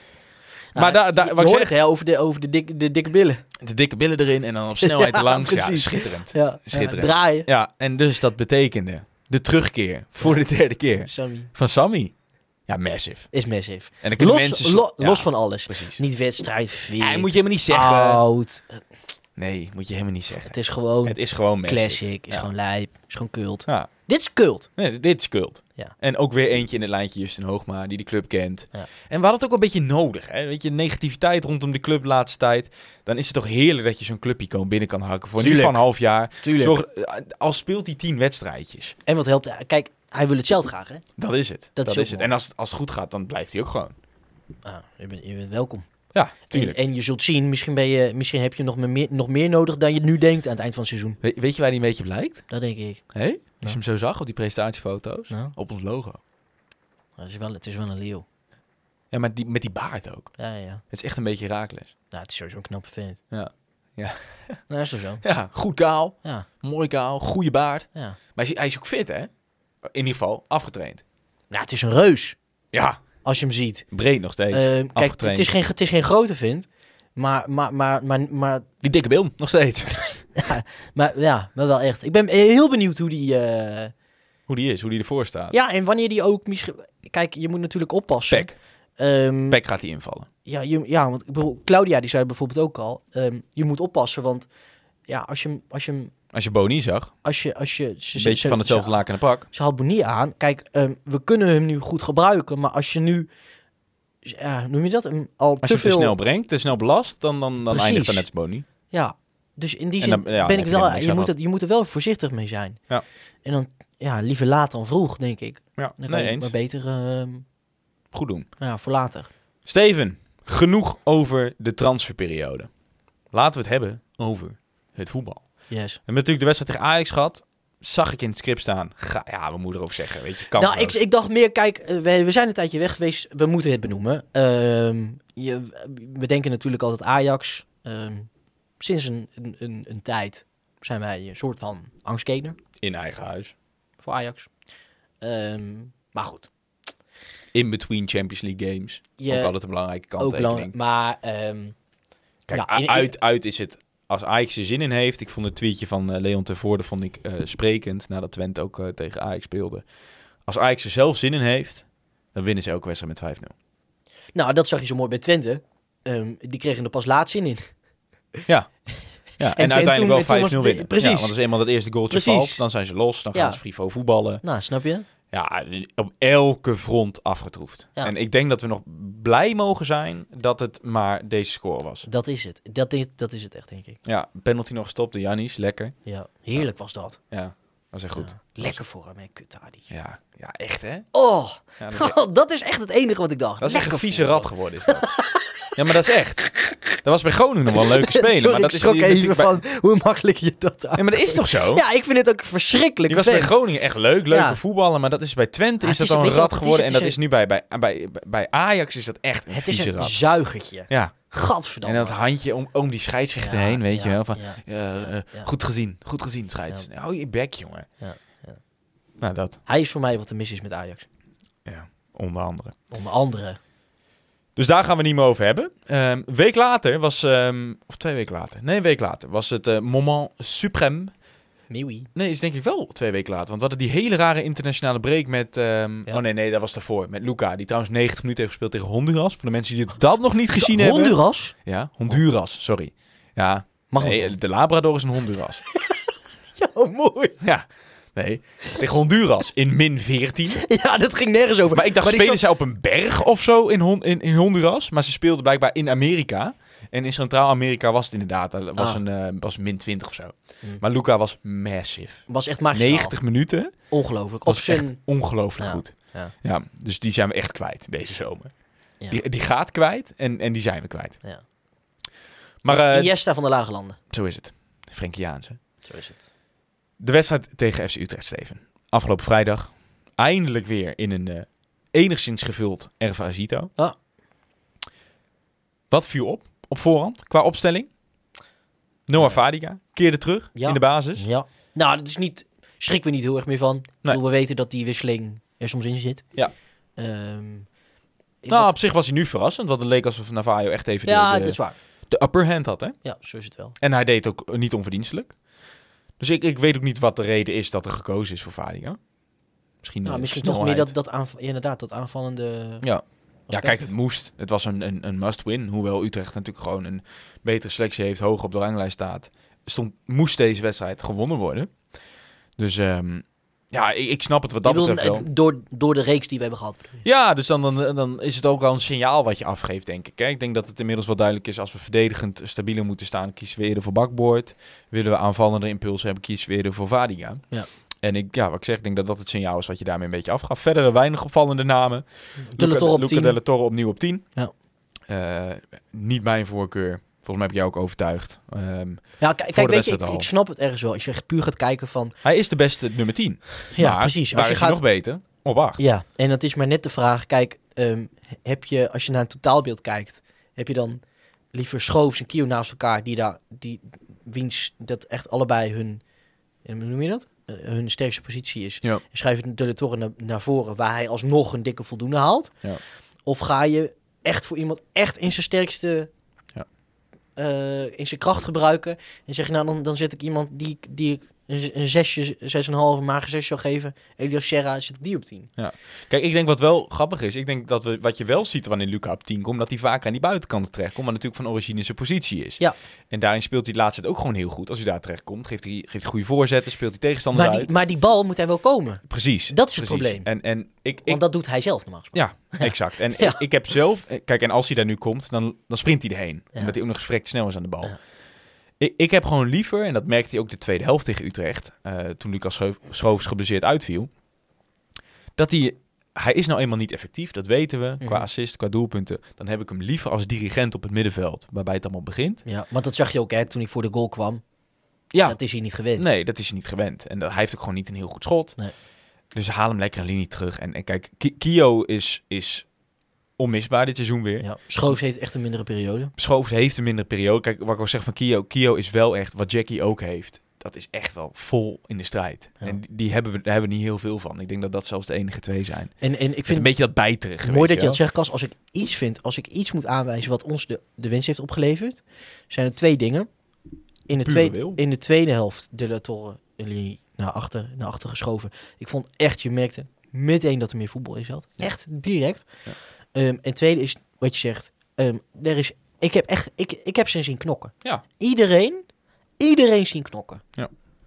Ja, Maar daar, daar, je wat ik hoort zeg, het, hè, over de, over de, dikke, de dikke billen. de dikke billen erin en dan op snelheid Ja, erlangs. Ja, precies. schitterend. Ja, Schitterend. ja, draaien. Ja, en dus dat betekende de terugkeer voor de derde keer Sammy. van Sammy. Ja, massive. Is massive. En dan kunnen Los, mensen... lo- ja, los van alles. Precies. Niet wedstrijd, fit, Ja, moet je helemaal niet zeggen. oud. Nee, moet je helemaal niet zeggen. Het is gewoon Het is gewoon massive. classic, is Ja. gewoon lijp, is gewoon cult. Ja. Dit is cult. Nee, dit is cult. Ja. En ook weer eentje in het lijntje Justin Hoogma, die de club kent. Ja. En we hadden het ook een beetje nodig. Hè? Weet je, negativiteit rondom de club de laatste tijd. Dan is het toch heerlijk dat je zo'n clubicoon binnen kan hakken. Voor nu Tuurlijk. van een half jaar. Tuurlijk. Zorg, al speelt hij tien wedstrijdjes. En wat helpt, kijk, hij wil het zelf graag, hè? Dat is het. Dat, is is, ook het. mooi. En als, als het goed gaat, dan blijft hij ook gewoon. Ah, je, bent, je bent welkom. Ja, En, tuurlijk. en je zult zien, misschien, ben je, misschien heb je nog meer, nog meer nodig dan je nu denkt aan het eind van het seizoen. We- weet je waar hij een beetje blijkt? Dat denk ik. Hé? Als Ja. je hem zo zag op die presentatiefoto's. Nou, Op ons logo. het is wel, het is wel een leeuw. Ja, maar die, met die baard ook. Ja, ja. Het is echt een beetje Raakles. Nou, het is sowieso een knappe vent. Ja. Ja. Nou, dat is toch zo? Ja, goed kaal. Ja, Mooi kaal. Goede baard. ja. Maar hij is, hij is ook fit, hè? In ieder geval, afgetraind. Nou, het is een reus, Ja, als je hem ziet. breed nog steeds. Eh, kijk, afgetraind. het is, geen, het is geen grote vent, maar, maar, maar, maar, maar, Die dikke bil, nog steeds. maar ja, maar wel echt. Ik ben heel benieuwd hoe die... eh, Hoe die is, hoe die ervoor staat. Ja, en wanneer die ook misschien... Kijk, je moet natuurlijk oppassen. Pek. Ehm, Pek gaat hij invallen. Ja, je, ja, want ik bedoel, Claudia die zei bijvoorbeeld ook al, ehm, je moet oppassen, want ja, als je hem, als je hem, Als je Boni zag, als je, als je, ze, een beetje van hetzelfde ze, laken en pak. ze had Boni aan. Kijk, ehm, we kunnen hem nu goed gebruiken, maar als je nu, ja, noem je dat, hem al Als te je hem te veel, snel brengt, te snel belast, dan, dan, dan Precies. eindigt dat net als Boni. ja, dus in die En zin dan- ja, ben heb ik je wel, helemaal niks je aan moet, gehad. het, je moet er wel voorzichtig mee zijn. Ja. En dan, ja, liever laat dan vroeg, denk ik. Ja, Dan kan nee je eens. maar beter, ehm, Goed doen. ja, voor later. Steven, genoeg over de transferperiode. Laten we het hebben over het voetbal. Yes. We hebben natuurlijk de wedstrijd tegen Ajax gehad. Zag ik in het script staan. Ga, ja, we moeten erover zeggen. Weet je, kansloos. Nou, ik, ik dacht meer, kijk, eh, we, we zijn een tijdje weg geweest. We moeten het benoemen. Ehm, je, we denken natuurlijk altijd Ajax. Ehm, sinds een, een, een, een tijd zijn wij een soort van angstkener In eigen huis. voor Ajax. Ehm, maar goed. In between Champions League games. Je, ook altijd een belangrijke ook kanttekening. belangrijk. Maar ehm, Kijk, nou, in- in- uit, uit is het... Als Ajax er zin in heeft... Ik vond het tweetje van eh, Leon Tervoorde vond ik eh, sprekend. Nadat Twente ook eh, tegen Ajax speelde. Als Ajax er zelf zin in heeft... Dan winnen ze elke wedstrijd met vijf nul. nou, dat zag je zo mooi bij Twente. Ehm, die kregen er pas laat zin in. Ja. Ja, en, en uiteindelijk toen- wel en toen vijf was nul het- winnen. precies. Ja, want als eenmaal dat eerste goaltje Precies. valt... Dan zijn ze los. Dan gaan Ja. ze frivol voetballen. Nou, snap je? Ja, op elke front afgetroefd. Ja. En ik denk dat we nog blij mogen zijn... Dat het maar deze score was. Dat is het. Dat is, dat is het echt, denk ik. Ja, penalty nog gestopt door Jannis. Lekker. Ja, heerlijk was dat. Ja, dat is echt goed. Ja, lekker voor hem, hè, Kutadi. Ja, ja, echt hè? Oh, Ja, dat, is echt, dat is echt het enige wat ik dacht. dat is echt Lekker een vieze voor rat hem. geworden is dat. Ja, maar dat is echt. Dat was bij Groningen nog wel een leuke speler. Sorry, maar dat ik is schrok nu even natuurlijk van hoe makkelijk je dat uit. Ja, maar dat is toch zo? Ja, ik vind het ook verschrikkelijk. Die was bij vent. Groningen echt leuk, leuke Ja. voetballen. Maar dat is bij Twente Ah, is het dat is- al een weet je rat wat het is? geworden. En Het dat is is nu bij, bij, bij, bij Ajax is dat echt een Het is vieze een rat. zuigertje. Ja, Gadverdamme. en dat handje om, om die scheidsrechter Ja, heen, weet ja, je wel. Van, ja, eh, eh, ja. Goed gezien, goed gezien, scheids. Hou je bek, jongen. Ja, ja. Nou, dat. Hij is voor mij wat er mis is met Ajax. Ja, onder andere. Onder andere. Dus daar gaan we niet meer over hebben. Ehm, een week later was... ehm, of twee weken later. Nee, een week later was het eh, moment suprême. Miwi. Nee, is denk ik wel twee weken later. Want we hadden die hele rare internationale break met... ehm, Ja. Oh nee, nee, dat was daarvoor. Met Luca, die trouwens negentig minuten heeft gespeeld tegen Honduras. Voor de mensen die dat nog niet gezien hebben. Honduras? Ja, Honduras, sorry. Ja, Mag nee, wel. de Labrador is een Honduras. Ja, mooi. Ja, nee. Tegen Honduras in min veertien. Ja, dat ging nergens over. Maar ik dacht, die spelen zat- zij op een berg of zo in, Hon- in, in Honduras? Maar ze speelden blijkbaar in Amerika. En in Centraal-Amerika was het inderdaad. Dat was, Ah. een, eh, was min twintig of zo. Hmm. Maar Luca was massive. was echt magisch. negentig minuten. Ongelooflijk. Op Was echt zijn... ongelooflijk Ja. goed. Ja. Ja, dus die zijn we echt kwijt deze zomer. Ja. Die, die gaat kwijt en, en die zijn we kwijt. Ja. Maar eh, Iniesta van de Lage Landen. zo is het. Frenkiaanse. Zo is het. De wedstrijd tegen F C Utrecht, Steven. Afgelopen vrijdag. Eindelijk weer in een eh, enigszins gevuld Erva Zito. Ah. Wat viel op op voorhand qua opstelling? Noah Ja. Fadiga keerde terug Ja. in de basis. Ja. Nou, dat is niet... Schrikken we niet heel erg meer van. Ik Nee. bedoel, we weten dat die wisseling er soms in zit. Ja. Ehm, ik Nou, wat- op zich was hij nu verrassend. Want het leek alsof Navajo echt even ja, de, dat de, is waar. de upper hand had. Hè? Ja, zo is het wel. En hij deed ook niet onverdienstelijk. Dus ik, ik weet ook niet wat de reden is dat er gekozen is voor Fadiga. Misschien, Nou, eh, misschien toch meer snelheid. dat, dat aanv- inderdaad, dat aanvallende Ja. Ja, aspect. kijk, het moest. Het was een, een, een must-win. Hoewel Utrecht natuurlijk gewoon een betere selectie heeft, hoog op de ranglijst staat. Stond, moest deze wedstrijd gewonnen worden. Dus ehm, ja, ik, ik snap het wat dat Je bedoelt, betreft wel. eh, door, door de reeks die we hebben gehad. bedoel je? Ja, dus dan, dan, dan is het ook al een signaal wat je afgeeft, denk ik. Hè? Ik denk dat het inmiddels wel duidelijk is, als we verdedigend stabieler moeten staan, kiezen we eerder voor Bakboord. Willen we aanvallende impulsen hebben, kiezen we eerder voor Vadiga. Ja. En ik, ja, wat ik zeg, ik denk dat dat het signaal is wat je daarmee een beetje afgaf. Verder weinig opvallende namen. De La Torre op Luca tien. de La Torre opnieuw op tien. Ja. Eh, niet mijn voorkeur. Volgens mij heb ik jou ook overtuigd. Ehm, Ja, k- Voor kijk, de weet je, wedstrijd ik, al. ik snap het ergens wel. Als je echt puur gaat kijken van... hij is de beste nummer tien. Ja, Maar precies. Waar Als je is hij gaat, nog beter? Op acht. ja, en dat is maar net de vraag. Kijk, ehm, heb je, als je naar een totaalbeeld kijkt, heb je dan liever Schoofs en Kio naast elkaar, die daar, die wiens dat echt allebei hun, eh, hoe noem je dat? Eh, hun sterkste positie is. Ja. En schrijf je de La Torre naar, naar voren, waar hij alsnog een dikke voldoende haalt. Ja. Of ga je echt voor iemand echt in zijn sterkste, Ja. eh, in zijn kracht gebruiken. En zeg je, nou, dan, dan zet ik iemand die, ik- die ik een, een zesje, zes en een half, een mager zes zou geven. Elias Serra, zet ik die op tien. Kijk, ik denk wat wel grappig is, ik denk dat we, wat je wel ziet wanneer Luca op tien komt, dat hij vaker aan die buitenkant terechtkomt, maar natuurlijk van origine zijn positie is. Ja. En daarin speelt hij de laatste tijd ook gewoon heel goed. Als hij daar terecht komt, geeft hij, geeft hij goede voorzetten, speelt hij tegenstanders Maar uit. die, maar die bal moet hij wel komen. Precies. Dat is het precies. probleem. En, en ik, ik, Want dat doet hij zelf normaal gesproken. ja, exact. En Ja. ik, ik heb zelf, kijk, en als hij daar nu komt, dan, dan sprint hij erheen. Ja. Omdat hij ook nog gesprekt snel is aan de bal. Ja. Ik, ik heb gewoon liever, en dat merkte hij ook de tweede helft tegen Utrecht, uh, toen Lucas Schoo- Schoofs geblesseerd uitviel, dat hij, hij is nou eenmaal niet effectief, dat weten we, qua Mhm. assist, qua doelpunten. Dan heb ik hem liever als dirigent op het middenveld, waarbij het allemaal begint. Ja, want dat zag je ook, hè, toen hij voor de goal kwam. Ja, Dat is hij niet gewend. nee, dat is hij niet gewend. En dat, hij heeft ook gewoon niet een heel goed schot. Nee. Dus haal hem lekker een linie terug. En, en kijk, Ki- Kio is, is onmisbaar dit seizoen weer. Ja. Schoofs heeft echt een mindere periode. Schoofs heeft een mindere periode. Kijk, wat ik al zeg van Kio. Kio is wel echt wat Jackie ook heeft. Dat is echt wel vol in de strijd. Ja. En die, die hebben we, daar hebben we niet heel veel van. Ik denk dat dat zelfs de enige twee zijn. En, en ik Vind vind een beetje dat bijterige. mooi weet dat je wel. dat zegt, Cas. Als ik iets vind, als ik iets moet aanwijzen wat ons de, de winst heeft opgeleverd, zijn er twee dingen. In de, Pure tweede, wil. in de tweede helft de La Torre een linie naar achter, naar achter geschoven. Ik vond echt, je merkte meteen dat er meer voetbal in zat. Ja. Echt direct. Ja. Ehm, en tweede is wat je zegt. ehm, er is, ik heb echt, ik, ik heb ze zien knokken. Ja. Iedereen, iedereen zien knokken. Ja.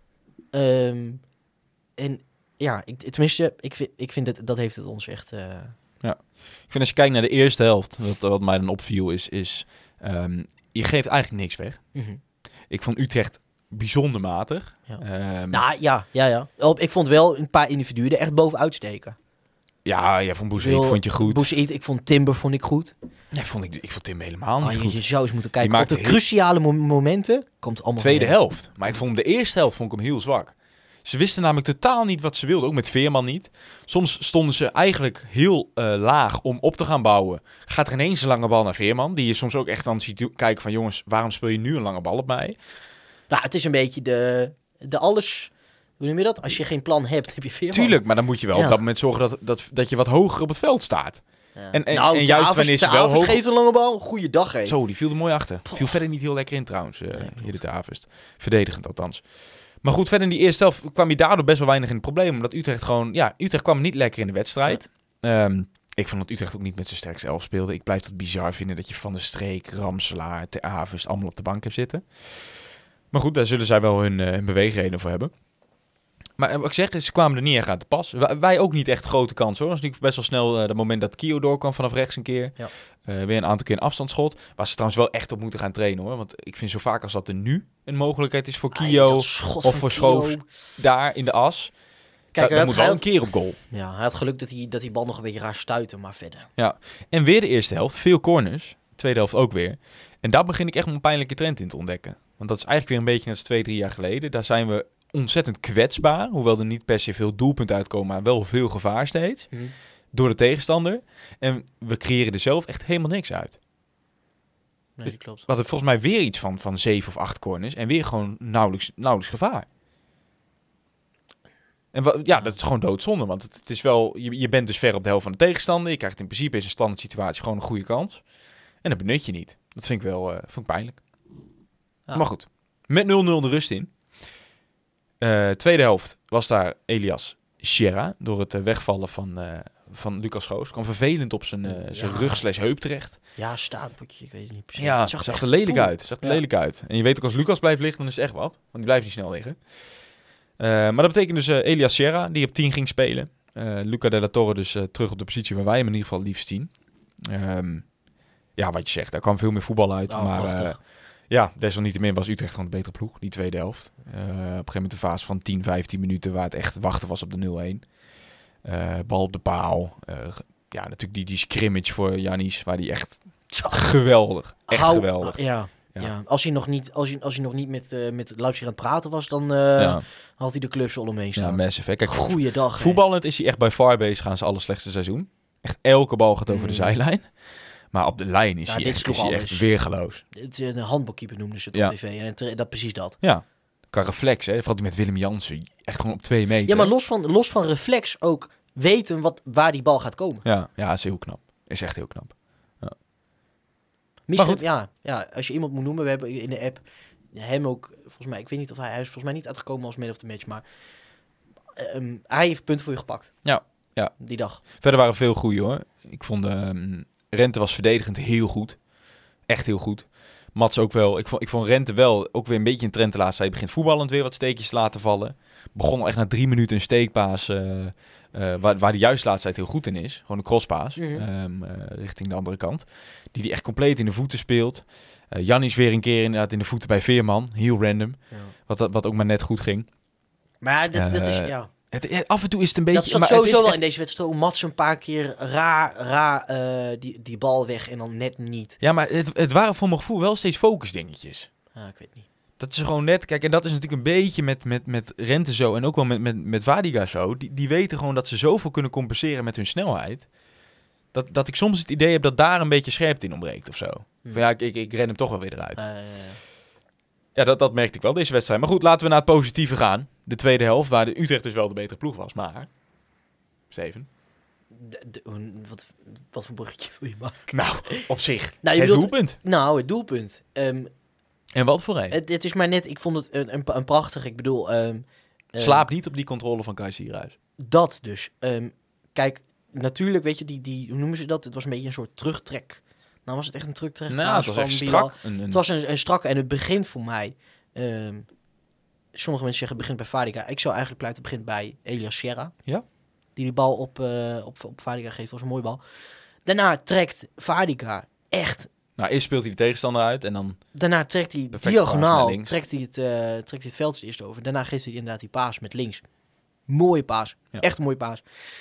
Ehm, en ja, ik, tenminste, ik vind, ik vind dat, dat heeft het ons echt... eh, Ik vind als je kijkt naar de eerste helft. Wat, wat mij dan opviel is... is ehm, je geeft eigenlijk niks weg. mhm. Ik vond Utrecht bijzonder matig. Ja. Ehm, Nou ja, ja, ja. Op- Ik vond wel een paar individuen er echt bovenuit steken. Ja, ja van Bouzid Wil- vond je goed. Bouzid, ik vond Timber vond ik goed. Nee, vond ik, ik vond Tim helemaal niet Oh, je, goed. je zou eens moeten Die kijken. Op de maakte heel- cruciale mo- momenten komt het allemaal Tweede van hem. helft. Maar ik vond hem de eerste helft vond ik hem heel zwak. Ze wisten namelijk totaal niet wat ze wilden. Ook met Veerman niet. Soms stonden ze eigenlijk heel uh, laag om op te gaan bouwen. Gaat er ineens een lange bal naar Veerman. Die je soms ook echt dan ziet do- kijken van... jongens, waarom speel je nu een lange bal op mij? Nou, het is een beetje de, de alles... Hoe noem je dat? Als je geen plan hebt, heb je Veerman. Tuurlijk, maar dan moet je wel Ja. op dat moment zorgen dat, dat, dat je wat hoger op het veld staat. Ja. En, en, nou, en juist Tavers- wanneer ze wel Tavers hoog... geeft een lange bal. Goeiedag, hé. Zo, die viel er mooi achter. Viel verder niet heel lekker in trouwens, uh, hier de Tavers. Verdedigend althans. Maar goed, verder in die eerste helft kwam je daardoor best wel weinig in het probleem. Omdat Utrecht gewoon... Ja, Utrecht kwam niet lekker in de wedstrijd. Um, ik vond dat Utrecht ook niet met zijn sterkste elf speelde. Ik blijf het bizar vinden dat je Van der Streek, Ramselaar, Ter Avest allemaal op de bank hebt zitten. Maar goed, daar zullen zij wel hun, uh, hun beweegreden voor hebben. Maar uh, wat ik zeg, ze kwamen er niet echt aan te pas. Wij, wij ook niet echt grote kans hoor. Dat was natuurlijk best wel snel uh, dat moment dat Kio doorkwam vanaf rechts een keer. Ja. Uh, weer een aantal keer een afstandsschot. Waar ze trouwens wel echt op moeten gaan trainen hoor. Want ik vind zo vaak als dat er nu een mogelijkheid is voor Kio... Ai, dat schot of van voor Kio. Schoofs daar in de as. Kijk, da, hij dan had, moet wel hij een keer op goal. Ja, hij had geluk dat hij, dat die bal nog een beetje raar stuitte, maar verder. Ja. En weer de eerste helft. Veel corners. Tweede helft ook weer. En daar begin ik echt een pijnlijke trend in te ontdekken. Want dat is eigenlijk weer een beetje net als twee, drie jaar geleden. Daar zijn we ontzettend kwetsbaar. Hoewel er niet per se veel doelpunten uitkomen, maar wel veel gevaar steeds. Hm. Door de tegenstander. En we creëren er zelf echt helemaal niks uit. Nee, dat klopt. We hadden volgens mij weer iets van, van zeven of acht corners. En weer gewoon nauwelijks, nauwelijks gevaar. En wa- ja, dat is gewoon doodzonde. Want het, het is wel, je, je bent dus ver op de helft van de tegenstander. Je krijgt in principe in een standaard situatie gewoon een goede kans. En dat benut je niet. Dat vind ik wel uh, vind ik pijnlijk. Ja. Maar goed. Met nul nul de rust in. Uh, tweede helft was daar Elias Sierra. Door het uh, wegvallen van, uh, van Lucas Schoofs. Kwam vervelend op zijn, uh, zijn Ja. rug slash heup terecht. Ja, staartboekje, ik weet het niet precies. Ja, Het zag, zag echt er lelijk poeh. uit. Zag er Ja. lelijk uit. En je weet ook als Lucas blijft liggen, dan is het echt wat. Want die blijft niet snel liggen. Uh, maar dat betekent dus uh, Elias Sierra, die op tien ging spelen. Uh, Luca de la Torre dus uh, terug op de positie waar wij hem in ieder geval liefst zien. Um, ja, wat je zegt, daar kwam veel meer voetbal uit. Oh, maar uh, prachtig. ja, desalniettemin was Utrecht gewoon de betere ploeg, die tweede helft. Uh, op een gegeven moment een fase van tien, vijftien minuten waar het echt wachten was op de nul een. Uh, bal op de paal. Uh, ja, natuurlijk die, die scrimmage voor Janis, waar die echt geweldig, echt Hou- geweldig. Ja, Ja. ja. Als hij nog niet, als hij, als hij nog niet met, uh, met Leipzig aan het praten was, dan uh, ja, had hij de clubs al omheen ja, staan. massive. Hè. Kijk, Goeiedag. hè. voetballend is hij echt bij far bezig aan zijn allerslechtste seizoen. Echt elke bal gaat over Mm. de zijlijn. Maar op de lijn is Ja, hij dit echt, sloeg is hij alles. echt weergeloos. Het, uh, de handbalkeeper noemden ze het Ja. op tv. En het, dat precies dat. Ja, qua reflex, hè. Vooral die met Willem Jansen. Echt gewoon op twee meter. Ja, maar los van, los van reflex ook weten wat, waar die bal gaat komen. Ja, ja, is heel knap. Is echt heel knap. Misschien, Maar goed. ja, ja, als je iemand moet noemen, we hebben in de app hem ook, volgens mij, ik weet niet of hij, hij is volgens mij niet uitgekomen als man of the match, maar um, hij heeft punten voor je gepakt. Ja, ja. Die dag. Verder waren veel goeie hoor. Ik vond um, Rente was verdedigend heel goed. Echt heel goed. Mats ook wel. Ik vond, ik vond Rente wel ook weer een beetje een trend de laatste tijd. Hij begint voetballend weer wat steekjes te laten vallen. Begon al echt na drie minuten een steekpaas. Uh, uh, waar, waar hij juist de laatste tijd heel goed in is. Gewoon een crosspaas. Mhm. um, uh, richting de andere kant. Die hij echt compleet in de voeten speelt. Uh, Jannis weer een keer inderdaad in de voeten bij Veerman. Heel random. Ja. Wat, wat ook maar net goed ging. Maar dat, dat is, Eh, ja. Het, ja, af en toe is het een beetje... Dat zat maar sowieso het is, wel het- in deze wedstrijd. Hoe Mats een paar keer raar, raar uh, die, die bal weg en dan net niet. Ja, maar het, het waren voor mijn gevoel wel steeds focusdingetjes. Ah, ik weet niet. Dat is gewoon net... Kijk, en dat is natuurlijk een beetje met, met, met Rente zo en ook wel met, met, met Wadiga zo. Die, die weten gewoon dat ze zoveel kunnen compenseren met hun snelheid. Dat, dat ik soms het idee heb dat daar een beetje scherpte in ontbreekt of zo. Hm. Van ja, ik, ik, ik ren hem toch wel weer eruit. Uh, Ja, dat, dat merkte ik wel, deze wedstrijd. Maar goed, laten we naar het positieve gaan. De tweede helft, waar de Utrecht dus wel de betere ploeg was. Maar... Steven? de, de, wat, wat voor bruggetje wil je maken? Nou, op zich. Nou, je het bedoelt- doelpunt. Nou, het doelpunt. Um, En wat voor een? het, het is maar net, ik vond het een, een, een prachtig, ik bedoel... Um, um, Slaap niet op die controle van Kai Sierhuis. Dat dus. Um, kijk, natuurlijk, weet je, die, die, hoe noemen ze dat? Het was een beetje een soort terugtrek. Nou was het echt een terugtrek. Nou, het was van echt Bilal. strak. Een, een... Het was een, een strakke en het begint voor mij. Um, sommige mensen zeggen het begint bij Fadiga. Ik zou eigenlijk pleiten het begint bij Elias Sierra. Ja? Die die bal op, uh, op, op Fadiga geeft, was een mooie bal. Daarna trekt Fadiga echt. Nou, eerst speelt hij de tegenstander uit en dan... Daarna trekt hij Perfecte paas naar diagonaal. links. Trekt hij, het, uh, trekt hij het veld eerst over. Daarna geeft hij inderdaad die paas met links. Mooie paas. Ja. Echt een mooie paas.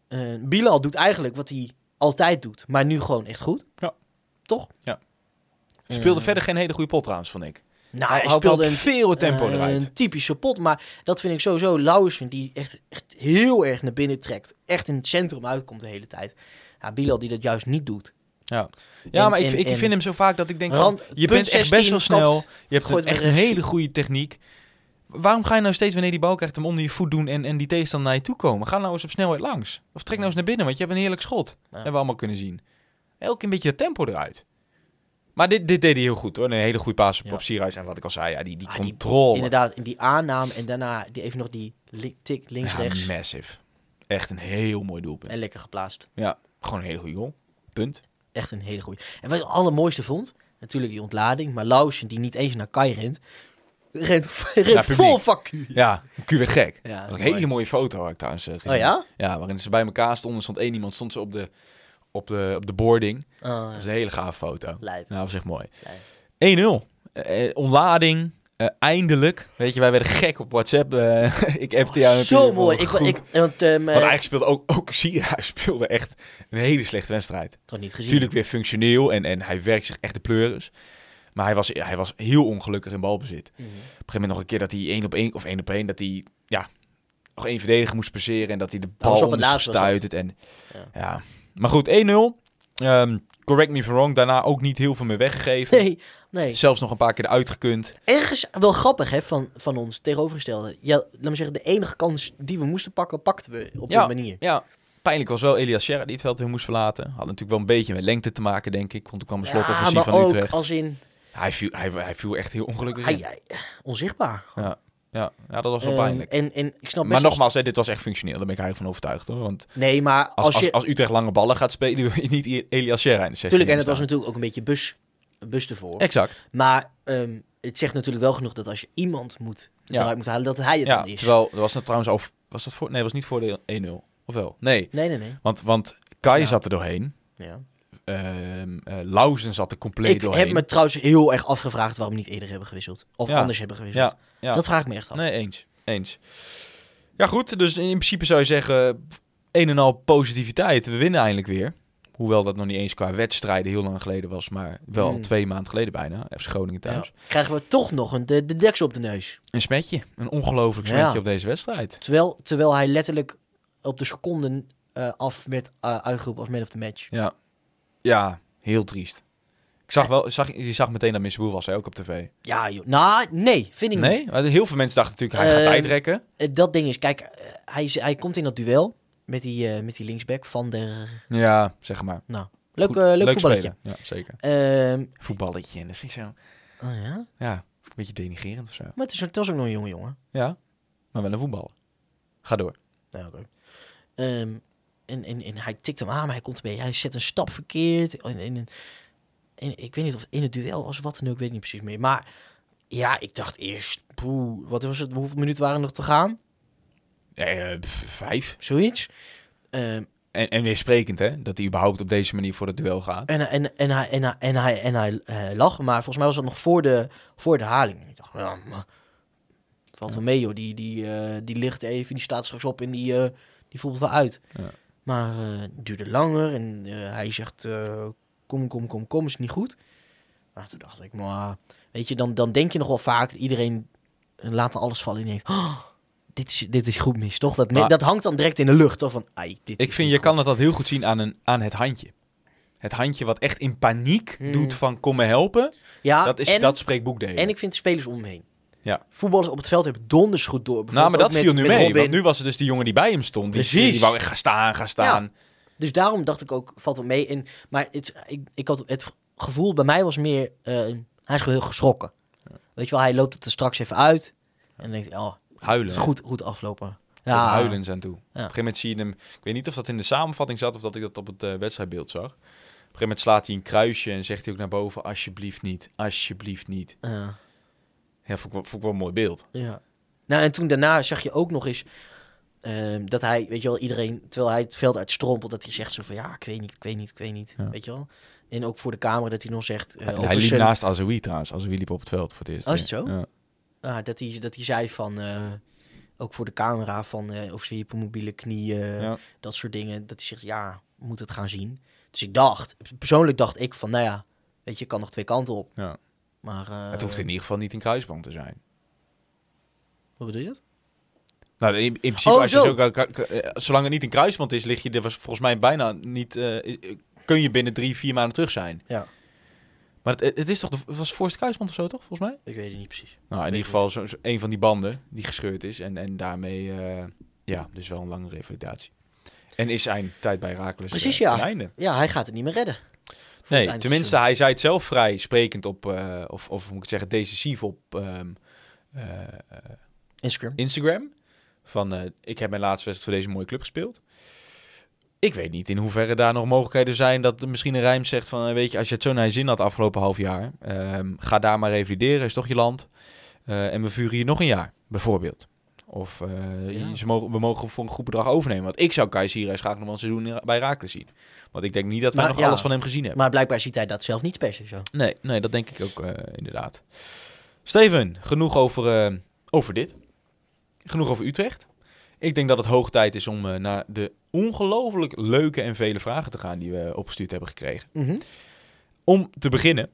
uh, Bilal doet eigenlijk wat hij altijd doet, maar nu gewoon echt goed. Ja. Toch? Ja. Speelde Uh, verder geen hele goede pot trouwens, vond ik. Nou, hij hij speelt speelde een, veel tempo uh, eruit. een typische pot, maar dat vind ik sowieso Lauwersen, die echt, echt heel erg naar binnen trekt. Echt in het centrum uitkomt de hele tijd. Ja, Bilal die dat juist niet doet. Ja, ja En- maar ik, en- ik en- vind hem zo vaak dat ik denk, Rand- van, je punt bent echt best wel zestien, snel. kapt, Je hebt gooit een, echt met een rechts. hele goede techniek. Waarom ga je nou steeds wanneer die bal krijgt hem onder je voet doen en, en die tegenstander naar je toe komen? Ga nou eens op snelheid langs. Of trek nou eens naar binnen, want je hebt een heerlijk schot. Hebben we allemaal kunnen zien. Elk een beetje het tempo eruit. Maar dit, dit deed hij heel goed hoor. Een hele goede paas op, Ja. op Sierhuis. En wat ik al zei, ja, die, die Ah, die- controle. Inderdaad, in die aanname en daarna die even nog die li- tik links-rechts. Ja, massive. Echt een heel mooi doelpunt. En lekker geplaatst. Ja, gewoon een hele goede goal. Punt. Echt een hele goeie. En wat ik het allermooiste vond, natuurlijk die ontlading, maar Lauwersen die niet eens naar Kai rent, rent, rent Ja, publiek. vol vak. Ja, Q werd gek. Ja, Dat was een mooi. hele mooie foto had ik trouwens uh, gezien. Oh ja? Ja, waarin ze bij elkaar stonden. Stond één iemand, stond ze op de, op de, op de boarding. Oh, Dat is een hele gave foto. lijp. Nou, dat was echt mooi. lijp. één nul. Uh, ontlading. Uh, eindelijk. Weet je, wij werden gek op WhatsApp. Uh, ik appte jou Zo natuurlijk mooi. wel Ik, goed. ik, want, um, Want eigenlijk speelde ook, ook Sierhuis speelde echt een hele slechte wedstrijd. toch niet gezien. Natuurlijk weer functioneel en, en hij werkt zich echt de pleuris. Maar hij was, hij was heel ongelukkig in balbezit. Mhm. Op een gegeven moment nog een keer dat hij één op één, of één op één, dat hij ja, nog één verdediger moest passeren en dat hij de was bal op het onder zich laatst, was dat. stuitert. En, Ja. ja. Maar goed, één nul. Um, correct me if I'm wrong. Daarna ook niet heel veel meer weggegeven. Nee, nee. Zelfs nog een paar keer eruit gekund. Ergens wel grappig hè, van, van ons tegenovergestelde. Ja, laat me zeggen, de enige kans die we moesten pakken, pakten we op Ja. die manier. Ja, pijnlijk was wel Elias Scherrer die het veld weer moest verlaten. Had natuurlijk wel een beetje met lengte te maken, denk ik. Want toen kwam de slotoffensief maar van ook Utrecht. als in, Hij viel, hij, hij viel echt heel ongelukkig hij, in. hij- onzichtbaar. Ja, ja, ja, dat was wel Ehm, pijnlijk. en, en ik snap best Maar wel- nogmaals, hè, dit was echt functioneel. Daar ben ik eigenlijk van overtuigd hoor. Want Nee, maar als, als, als, je... als Utrecht lange ballen gaat spelen, wil je niet Elias Scherrer in de zestien Tuurlijk, en het was staan. natuurlijk ook een beetje bus, bus ervoor. Exact. Maar ehm, het zegt natuurlijk wel genoeg dat als je iemand moet, Ja. eruit moet halen, dat hij het Ja, dan is. terwijl, er was het trouwens al... Was dat voor... Nee, was niet voor de één nul. Of wel? Nee, Nee, nee, nee. want, want Kai Ja. zat er doorheen. Ja. Ehm eh Lauzen zat er compleet Ik doorheen. heb me trouwens heel erg afgevraagd waarom we niet eerder hebben gewisseld. Of Ja. anders hebben gewisseld. Ja, ja. Dat vraag ik me echt af. Nee, eens. Eens. Ja, goed. Dus in principe zou je zeggen... Een en al positiviteit. We winnen eindelijk weer. Hoewel dat nog niet eens qua wedstrijden heel lang geleden was. Maar wel al Hmm. twee maanden geleden bijna. F C Groningen thuis. Ja. Krijgen we toch nog een, de, de deksel op de neus. Een smetje. Een ongelooflijk Ja. smetje op deze wedstrijd. Terwijl, terwijl hij letterlijk op de seconden eh, af werd uh, uitgeroepen als man of the match. Ja. Ja, heel triest. Ik zag wel... Zag, je zag meteen dat Misboer was, hè, ook op tv. Ja, joh. Nou, nee, vind ik niet. Nee? Maar heel veel mensen dachten natuurlijk... Hij gaat Ehm, tijdrekken. Eh, dat ding is, kijk, eh, hij, is- hij komt in dat duel met die, eh, met die linksback van de... Ja, zeg maar. Nou, leuk, Goed- eh, leuk, voetballetje. spelen. Ja, zeker. Ehm, Voetballetje. Dat vind ik zo... oh ja? Ja, een beetje denigrerend of zo. Maar het, is, het was ook nog een jonge jongen. Ja, maar wel een voetballer. Ga door. Ja, oké. Ehm, en, en, en hij tikt hem aan, maar hij komt erbij. Hij zet een stap verkeerd. En, en, en, ik weet niet of in het duel was of wat dan ook, ik weet niet precies meer. Maar ja, ik dacht eerst, poeh, wat was het? Hoeveel minuten waren er nog te gaan? Eh, pff, vijf. Zoiets. Ehm, En, en weersprekend, hè? Dat hij überhaupt op deze manier voor het duel gaat. en, en, en hij, en hij, en hij, en hij eh, lag, maar volgens mij was dat nog voor de, voor de haling. Ik dacht, ja, maar valt wel mee, joh. Die, die, eh, die ligt even, die staat straks op en die, eh, die voelt wel uit. Ja. Maar eh, het duurde langer en eh, hij zegt, eh, kom, kom, kom, kom, is niet goed. Maar toen dacht ik, maar weet je, dan, dan denk je nog wel vaak, iedereen eh, laat dan alles vallen en denkt, oh, dit, is, dit is goed mis, toch? Dat, me- Maar- dat hangt dan direct in de lucht, toch? Van, ai, dit Ik is vind, niet je kan goed. dat heel goed zien aan, een, aan het handje. Het handje wat echt in paniek Hmm. doet van kom me helpen. Ja, dat, is, en, dat spreekt boekdelen. en ik vind de spelers om me heen. Ja. Voetballers op het veld hebben donders goed door. nou, maar Bijvoorbeeld dat ook viel met- nu met mee. Robin. Want nu was het dus die jongen die bij hem stond. Die, Precies. die wou echt gaan staan, gaan staan. Dus daarom dacht ik ook, valt wel mee. En, maar het, ik, ik had het gevoel, bij mij was meer, eh, hij is gewoon heel geschrokken. Weet je wel, hij loopt het er straks even uit. En dan denkt hij, oh, Huilen. hè? goed, goed aflopen. Tot huilen zijn toe. Op een gegeven moment zie je hem... Ik weet niet of dat in de samenvatting zat of dat ik dat op het eh, wedstrijdbeeld zag. Op een gegeven moment slaat hij een kruisje en zegt hij ook naar boven... Alsjeblieft niet, alsjeblieft niet. Ja. Ja, vond ik, wel- vond ik wel een mooi beeld. Ja. Nou, en toen daarna zag je ook nog eens ehm, dat hij, weet je wel, iedereen, terwijl hij het veld uitstrompelt, dat hij zegt zo van, ja, ik weet niet, ik weet niet, ik weet niet, Ja. weet je wel. En ook voor de camera dat hij nog zegt, eh, Hij, over hij liep zijn- naast Azoui trouwens. Azoui liep op het veld voor het eerst. Oh, is het zo? Ja. ah, dat, hij, dat hij zei van, eh, ook voor de camera van eh, of ze hypermobiele knieën, Ja. dat soort dingen. Dat hij zegt, ja, we moeten het gaan zien. Dus ik dacht, persoonlijk dacht ik van, nou ja, weet je, kan nog twee kanten op. Ja. Maar uh, Het hoeft in ieder geval niet een kruisband te zijn. wat bedoel je dat? Nou, in, in principe, Oh, als je zo. zo, ka- ka- ka- zolang het niet een kruisband is, lig je er volgens mij bijna niet. Uh, kun je binnen drie, vier maanden terug zijn. Ja. Maar het, het is toch de, het was het voorste kruisband of zo, toch? Volgens mij. Ik weet het niet precies. Nou, in Weet ieder geval zo, zo een van die banden die gescheurd is en en daarmee, uh, ja, dus wel een lange revalidatie. En is zijn tijd bij Heracles Precies, uh, ja. ten einde. Ja, hij gaat het niet meer redden. Voor het Nee, einde tenminste, seizoen. hij zei het zelf vrij sprekend op, uh, of, of moet ik het zeggen, decisief op um, uh, uh, Instagram. Instagram. Van, uh, ik heb mijn laatste wedstrijd voor deze mooie club gespeeld. Ik weet niet in hoeverre daar nog mogelijkheden zijn dat er misschien een rijm zegt van, uh, weet je, als je het zo naar je zin had afgelopen half jaar, um, ga daar maar revalideren, is toch je land. Uh, en we vuren hier nog een jaar, bijvoorbeeld. Of uh, Ja. ze mogen, we mogen voor een goed bedrag overnemen. Want ik zou Kai Sierhuis graag nog wel een seizoen bij Heracles zien. Want ik denk niet dat wij Maar nog ja. alles van hem gezien hebben. Maar blijkbaar ziet hij dat zelf niet per se zo. Nee, nee, dat denk ik ook uh, inderdaad. Steven, genoeg over, uh, over dit. Genoeg over Utrecht. Ik denk dat het hoog tijd is om uh, naar de ongelooflijk leuke en vele vragen te gaan die we opgestuurd hebben gekregen. Mm-hmm. Om te beginnen,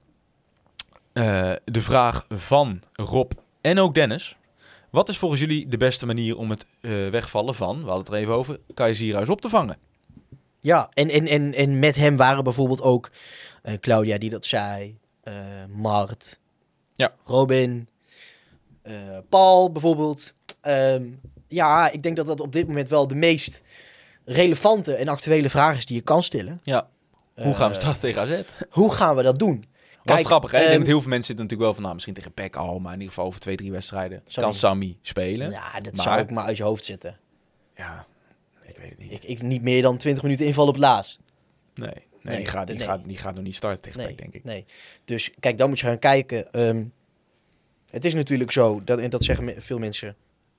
uh, de vraag van Rob en ook Dennis. Wat is volgens jullie de beste manier om het uh, wegvallen van, we hadden het er even over, Kai Sierhuis op te vangen? Ja, en, en, en, en met hem waren bijvoorbeeld ook uh, Claudia die dat zei, uh, Mart, Ja. Robin, uh, Paul bijvoorbeeld. Um, ja, ik denk dat dat op dit moment wel de meest relevante en actuele vraag is die je kan stellen. Ja, hoe gaan we Uh, starten tegen A Z? Hoe gaan we dat doen? Dat is Kijk, grappig, hè? Ik denk ehm, dat heel veel mensen zitten natuurlijk wel van, nou, misschien tegen P E C al, maar in ieder geval over twee, drie wedstrijden Sammy. kan Sammy spelen. Ja, dat Maar- zou ik maar uit je hoofd zetten. Ja, ik weet het niet. Ik, ik niet meer dan twintig minuten invallen op het laatst. Nee, nee, Nee, die, gaat, die, nee. gaat, die gaat nog niet starten tegen P E Nee, C, denk ik. nee. Dus kijk, dan moet je gaan kijken. Ehm, het is natuurlijk zo, dat, en dat zeggen me- veel mensen,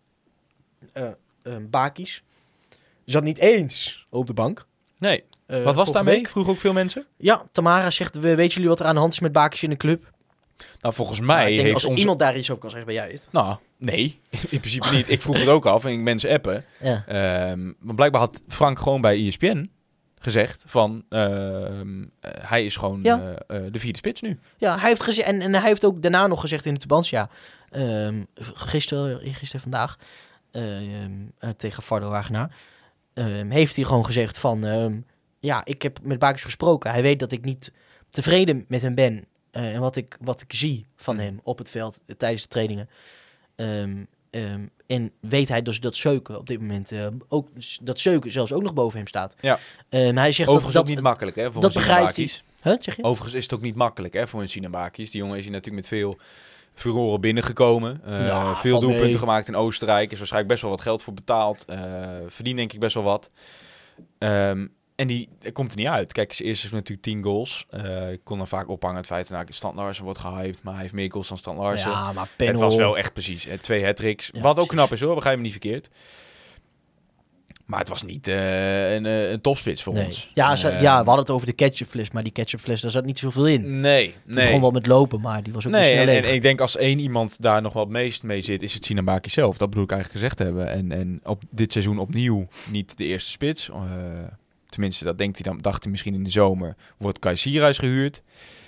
uh, um, Bakis zat niet eens op de bank. Nee, Uh, wat was vorige daarmee? week. Vroegen ook veel mensen. Ja, Tamara zegt, we weten jullie wat er aan de hand is met Bakis in de club? Nou, volgens Nou, mij ik denk, heeft als er onze... iemand daar iets over kan zeggen, ben jij het. Nou, nee, in principe niet. Ik vroeg het ook af en ik mensen appen. Ja. Ehm, maar blijkbaar had Frank gewoon bij E S P N gezegd van, ehm, uh, hij is gewoon Ja. uh, uh, de vierde spits nu. Ja, hij heeft gezegd, en, en hij heeft ook daarna nog gezegd in de Tubantia, um, gisteren, gisteren vandaag, uh, um, uh, tegen Fardo Wagenaar, um, heeft hij gewoon gezegd van, um, ja, ik heb met Bakis gesproken. Hij weet dat ik niet tevreden met hem ben uh, en wat ik, wat ik zie van hem op het veld uh, tijdens de trainingen. Um, um, en weet hij dus dat Zeuken op dit moment uh, ook, dat Zeuken zelfs ook nog boven hem staat. Ja. Um, hij zegt Overigens dat, ook niet dat, makkelijk, hè, voor dat een begrijpt Sinabakis. Huh, zeg je? Overigens is het ook niet makkelijk, hè, voor een Sinabakis. Die jongen is hier natuurlijk met veel furoren binnengekomen. Uh, Ja, veel valt doelpunten mee. gemaakt in Oostenrijk. Is waarschijnlijk best wel wat geld voor betaald. Uh, verdient denk ik best wel wat. Um, en die er komt er niet uit. Kijk, zijn eerste is natuurlijk tien goals. Uh, ik kon dan vaak ophangen het feit dat nou, Stan Larsen wordt gehyped. Maar hij heeft meer goals dan Stan Larsen. Ja, maar Het Penel, was wel echt precies. Hè, twee hat-tricks. Ja, Wat ook precies. knap is hoor, begrijp me niet verkeerd. Maar het was niet uh, een, uh, een topspits voor nee. ons. Ja, ze, Uh, ja, we hadden het over de ketchupfles, maar die ketchupfles, daar zat niet zoveel in. Nee, Die nee. begon wel met lopen, maar die was ook niet Nee, snel en, leeg. en ik denk als één iemand daar nog wel het meest mee zit, is het Sinabaki zelf. Dat bedoel ik eigenlijk gezegd hebben. En, en op dit seizoen opnieuw niet de eerste spits. Uh, tenminste, dat denkt hij dan, dacht hij misschien in de zomer. Wordt Kai Sierhuis gehuurd.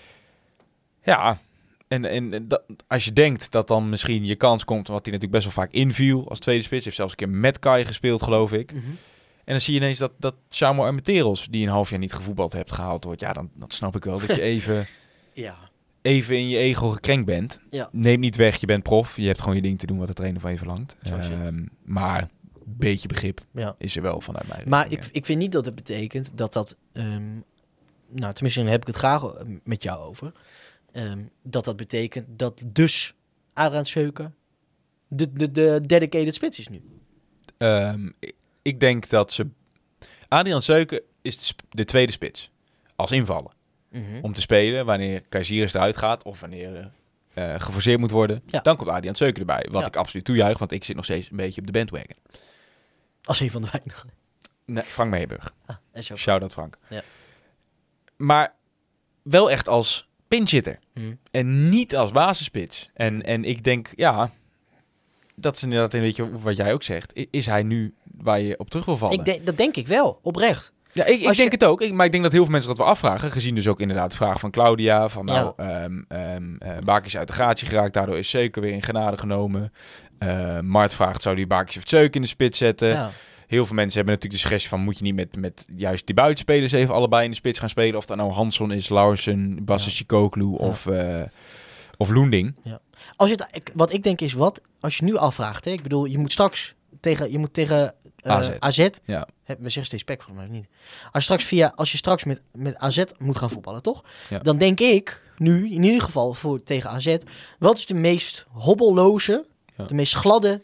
Ja, en, en, en dat, als je denkt dat dan misschien je kans komt, omdat hij natuurlijk best wel vaak inviel als tweede spits. Heeft zelfs een keer met Kai gespeeld, geloof ik. Mhm. En dan zie je ineens dat, dat Samuel Armenteros, die een half jaar niet gevoetbald hebt, gehaald wordt. Ja, dan, dan snap ik wel dat je even... Ja. even in je ego gekrenkt bent. Ja. Neem niet weg, je bent prof. Je hebt gewoon je ding te doen wat de trainer van je verlangt. Zo is het. Um, maar een beetje begrip Ja. is er wel vanuit mij. Maar ik, ik vind niet dat het betekent dat dat... Um, nou, tenminste, daar heb ik het graag uh, met jou over. Um, dat dat betekent dat dus Adriaan Zeuken de, de, de dedicated spits is nu. Um, ik, ik denk dat ze... Adriaan Zeuken is de, sp- de tweede spits. Als invallen. Mhm. Om te spelen wanneer Kajziris eruit gaat. Of wanneer uh, uh, geforceerd moet worden. Ja. Dan komt Adriaan Zeuken erbij. Wat Ja. ik absoluut toejuich. Want ik zit nog steeds een beetje op de bandwagon. Als een van de weinigen. Nee, Frank Meeburg. Ah, en zo. Shout-out Frank. Ja. Maar wel echt als pinchitter. Mhm. En niet als basisspits. En, en ik denk, ja... dat is inderdaad een beetje wat jij ook zegt. I- Is hij nu waar je op terug wil vallen? Ik denk, dat denk ik wel, oprecht. Ja, ik, ik Als denk je- het ook. Ik, maar ik denk dat heel veel mensen dat wel afvragen. Gezien dus ook inderdaad de vraag van Claudia. Van nou, ehm ehm eh, Bakis is uit de gratie geraakt. Daardoor is Seuken weer in genade genomen. Eh, Mart vraagt, zou die Bakis of Seuken in de spits zetten? Ja. Heel veel mensen hebben natuurlijk de suggestie van... moet je niet met, met juist die buitenspelers even allebei in de spits gaan spelen? Of dat nou Hansson is, Larsen, Basse Ja. Chikoglu Ja. of, eh, of Loending. Als je het, ik- wat ik denk is, wat als je nu afvraagt, hè? Ik bedoel, je moet straks tegen, je moet tegen eh, A Z. A Z. Ja. Hè, we zeggen steeds spek, volgens mij niet. Als je straks, via, als je straks met, met A Z moet gaan voetballen, toch? Ja. Dan denk ik nu, in ieder geval voor, tegen A Z, wat is de meest hobbelloze, Ja. de meest gladde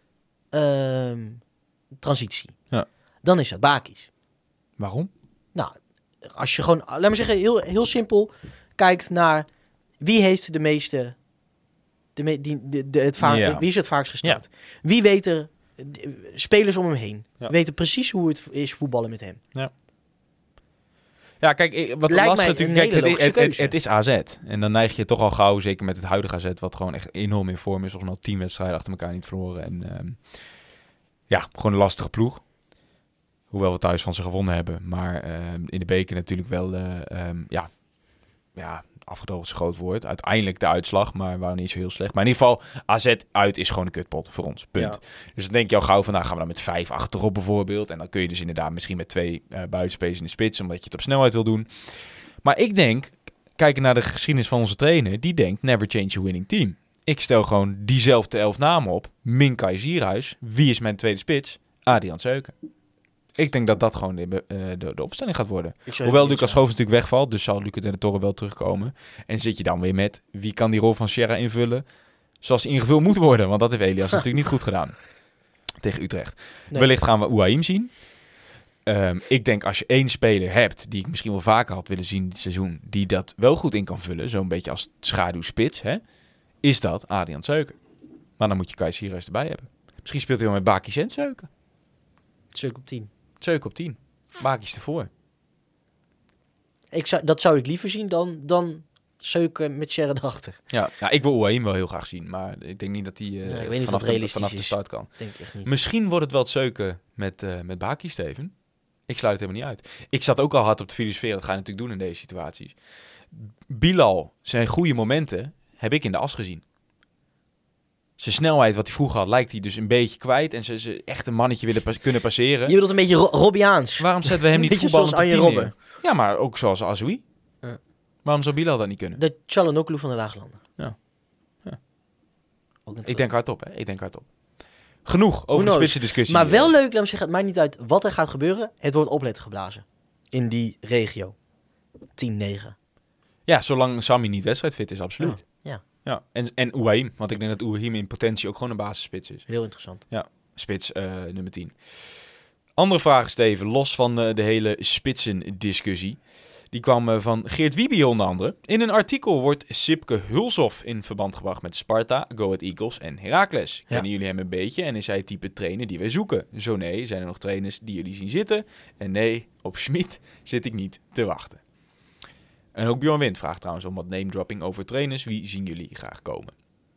ehm, transitie? Ja. Dan is dat Bakis. Waarom? Nou, als je gewoon, laat me zeggen, heel, heel simpel kijkt naar wie heeft de meeste, de, me, die, de, de, het vaak, Ja. wie is het vaakst gestart? Wie weet er, de- spelers om hem heen, Ja. weten precies hoe het is voetballen met hem. Ja, kijk, ik- wat Lijkt lastig mij natuurlijk... een Kijk, hele het, is- het, logische het, het is A Z. En dan neig je toch al gauw, zeker met het huidige A Z... wat gewoon echt enorm in vorm is. Volgens mij al tien wedstrijden achter elkaar niet verloren. En ehm, ja, gewoon een lastige ploeg. Hoewel we thuis van ze gewonnen hebben. Maar ehm, in de beker natuurlijk wel... eh, ehm, ja, ja, afgedoogd is een groot woord. Uiteindelijk de uitslag, maar we waren niet zo heel slecht. Maar in ieder geval, A Z uit is gewoon een kutpot voor ons. Punt. Dus dan denk je al gauw van, nou gaan we dan met vijf achterop bijvoorbeeld. En dan kun je dus inderdaad misschien met twee uh, buitenspelers in de spits, omdat je het op snelheid wil doen. Maar ik denk, kijken naar de geschiedenis van onze trainer, die denkt, never change a winning team. Ik stel gewoon diezelfde elf namen op. Minkai Zierhuis. Wie is mijn tweede spits? Adriaan Seuken. Ik denk dat dat gewoon de, uh, de, de opstelling gaat worden. Hoewel Lucas Schoofs natuurlijk wegvalt, dus zal Lucas de la Torre wel terugkomen. En zit je dan weer met, wie kan die rol van Sierra invullen zoals die ingevuld moet worden? Want dat heeft Elias natuurlijk niet goed gedaan tegen Utrecht. Nee. Wellicht gaan we Ouahim zien. Um, ik denk als je één speler hebt, die ik misschien wel vaker had willen zien dit seizoen, die dat wel goed in kan vullen, zo'n beetje als schaduwspits, hè, is dat Adriaan Seuken. Maar dan moet je Kai Sierhuis erbij hebben. Misschien speelt hij wel met Bakis en Seuken. Seuken op tien. Seuken op tien. Bakis ervoor. Ik zou, dat zou ik liever zien dan, dan Seuken met Sierra erachter. Ja, ja, ik wil Ouahim wel heel graag zien, maar ik denk niet dat hij uh, Nee, ik weet niet vanaf, of dat de, realistisch vanaf de is. start kan. Denk ik echt niet. Misschien wordt het wel het Seuken met, uh, met Bakis, Steven. Ik sluit het helemaal niet uit. Ik zat ook al hard op de filosoferen, dat ga je natuurlijk doen in deze situaties. Bilal, zijn goede momenten, heb ik in de as gezien. Zijn snelheid, wat hij vroeger had, lijkt hij dus een beetje kwijt. En ze, ze echt een mannetje willen pas, kunnen passeren. Je bedoelt een beetje Ro- Robbiaans. Waarom zetten we hem niet Beetje voetballend op zoals tien Arjen neer? Ja, maar ook zoals Azoui. Ja. Waarom zou Bilal dat niet kunnen? De Çalhanoğlu van de Laaglanden. Ja. Ja. Ook een Ik denk hardop, hè. Ik denk hardop. Genoeg over de knows? spitse discussie. Maar wel leuk, laat me zeggen, het maakt niet uit wat er gaat gebeuren. Het wordt opletten geblazen. In die regio. tien negen. Ja, zolang Sammy niet wedstrijdfit is, absoluut. Ja. Ja. En, en Ouahim, want ik denk dat Ouahim in potentie ook gewoon een basisspits is. Heel interessant. Spits uh, nummer tien. Andere vraag, Steven, los van uh, de hele spitsen-discussie. Die kwam uh, van Geert Wiebe onder andere. In een artikel wordt Sipke Hulshoff in verband gebracht met Sparta, Go Ahead Eagles en Heracles. Ja. Kennen jullie hem een beetje en is hij het type trainer die wij zoeken? Zo nee, zijn er nog trainers die jullie zien zitten? En nee, op Schmid zit ik niet te wachten. En ook Bjorn Wind vraagt trouwens om wat name-dropping over trainers. Wie zien jullie graag komen?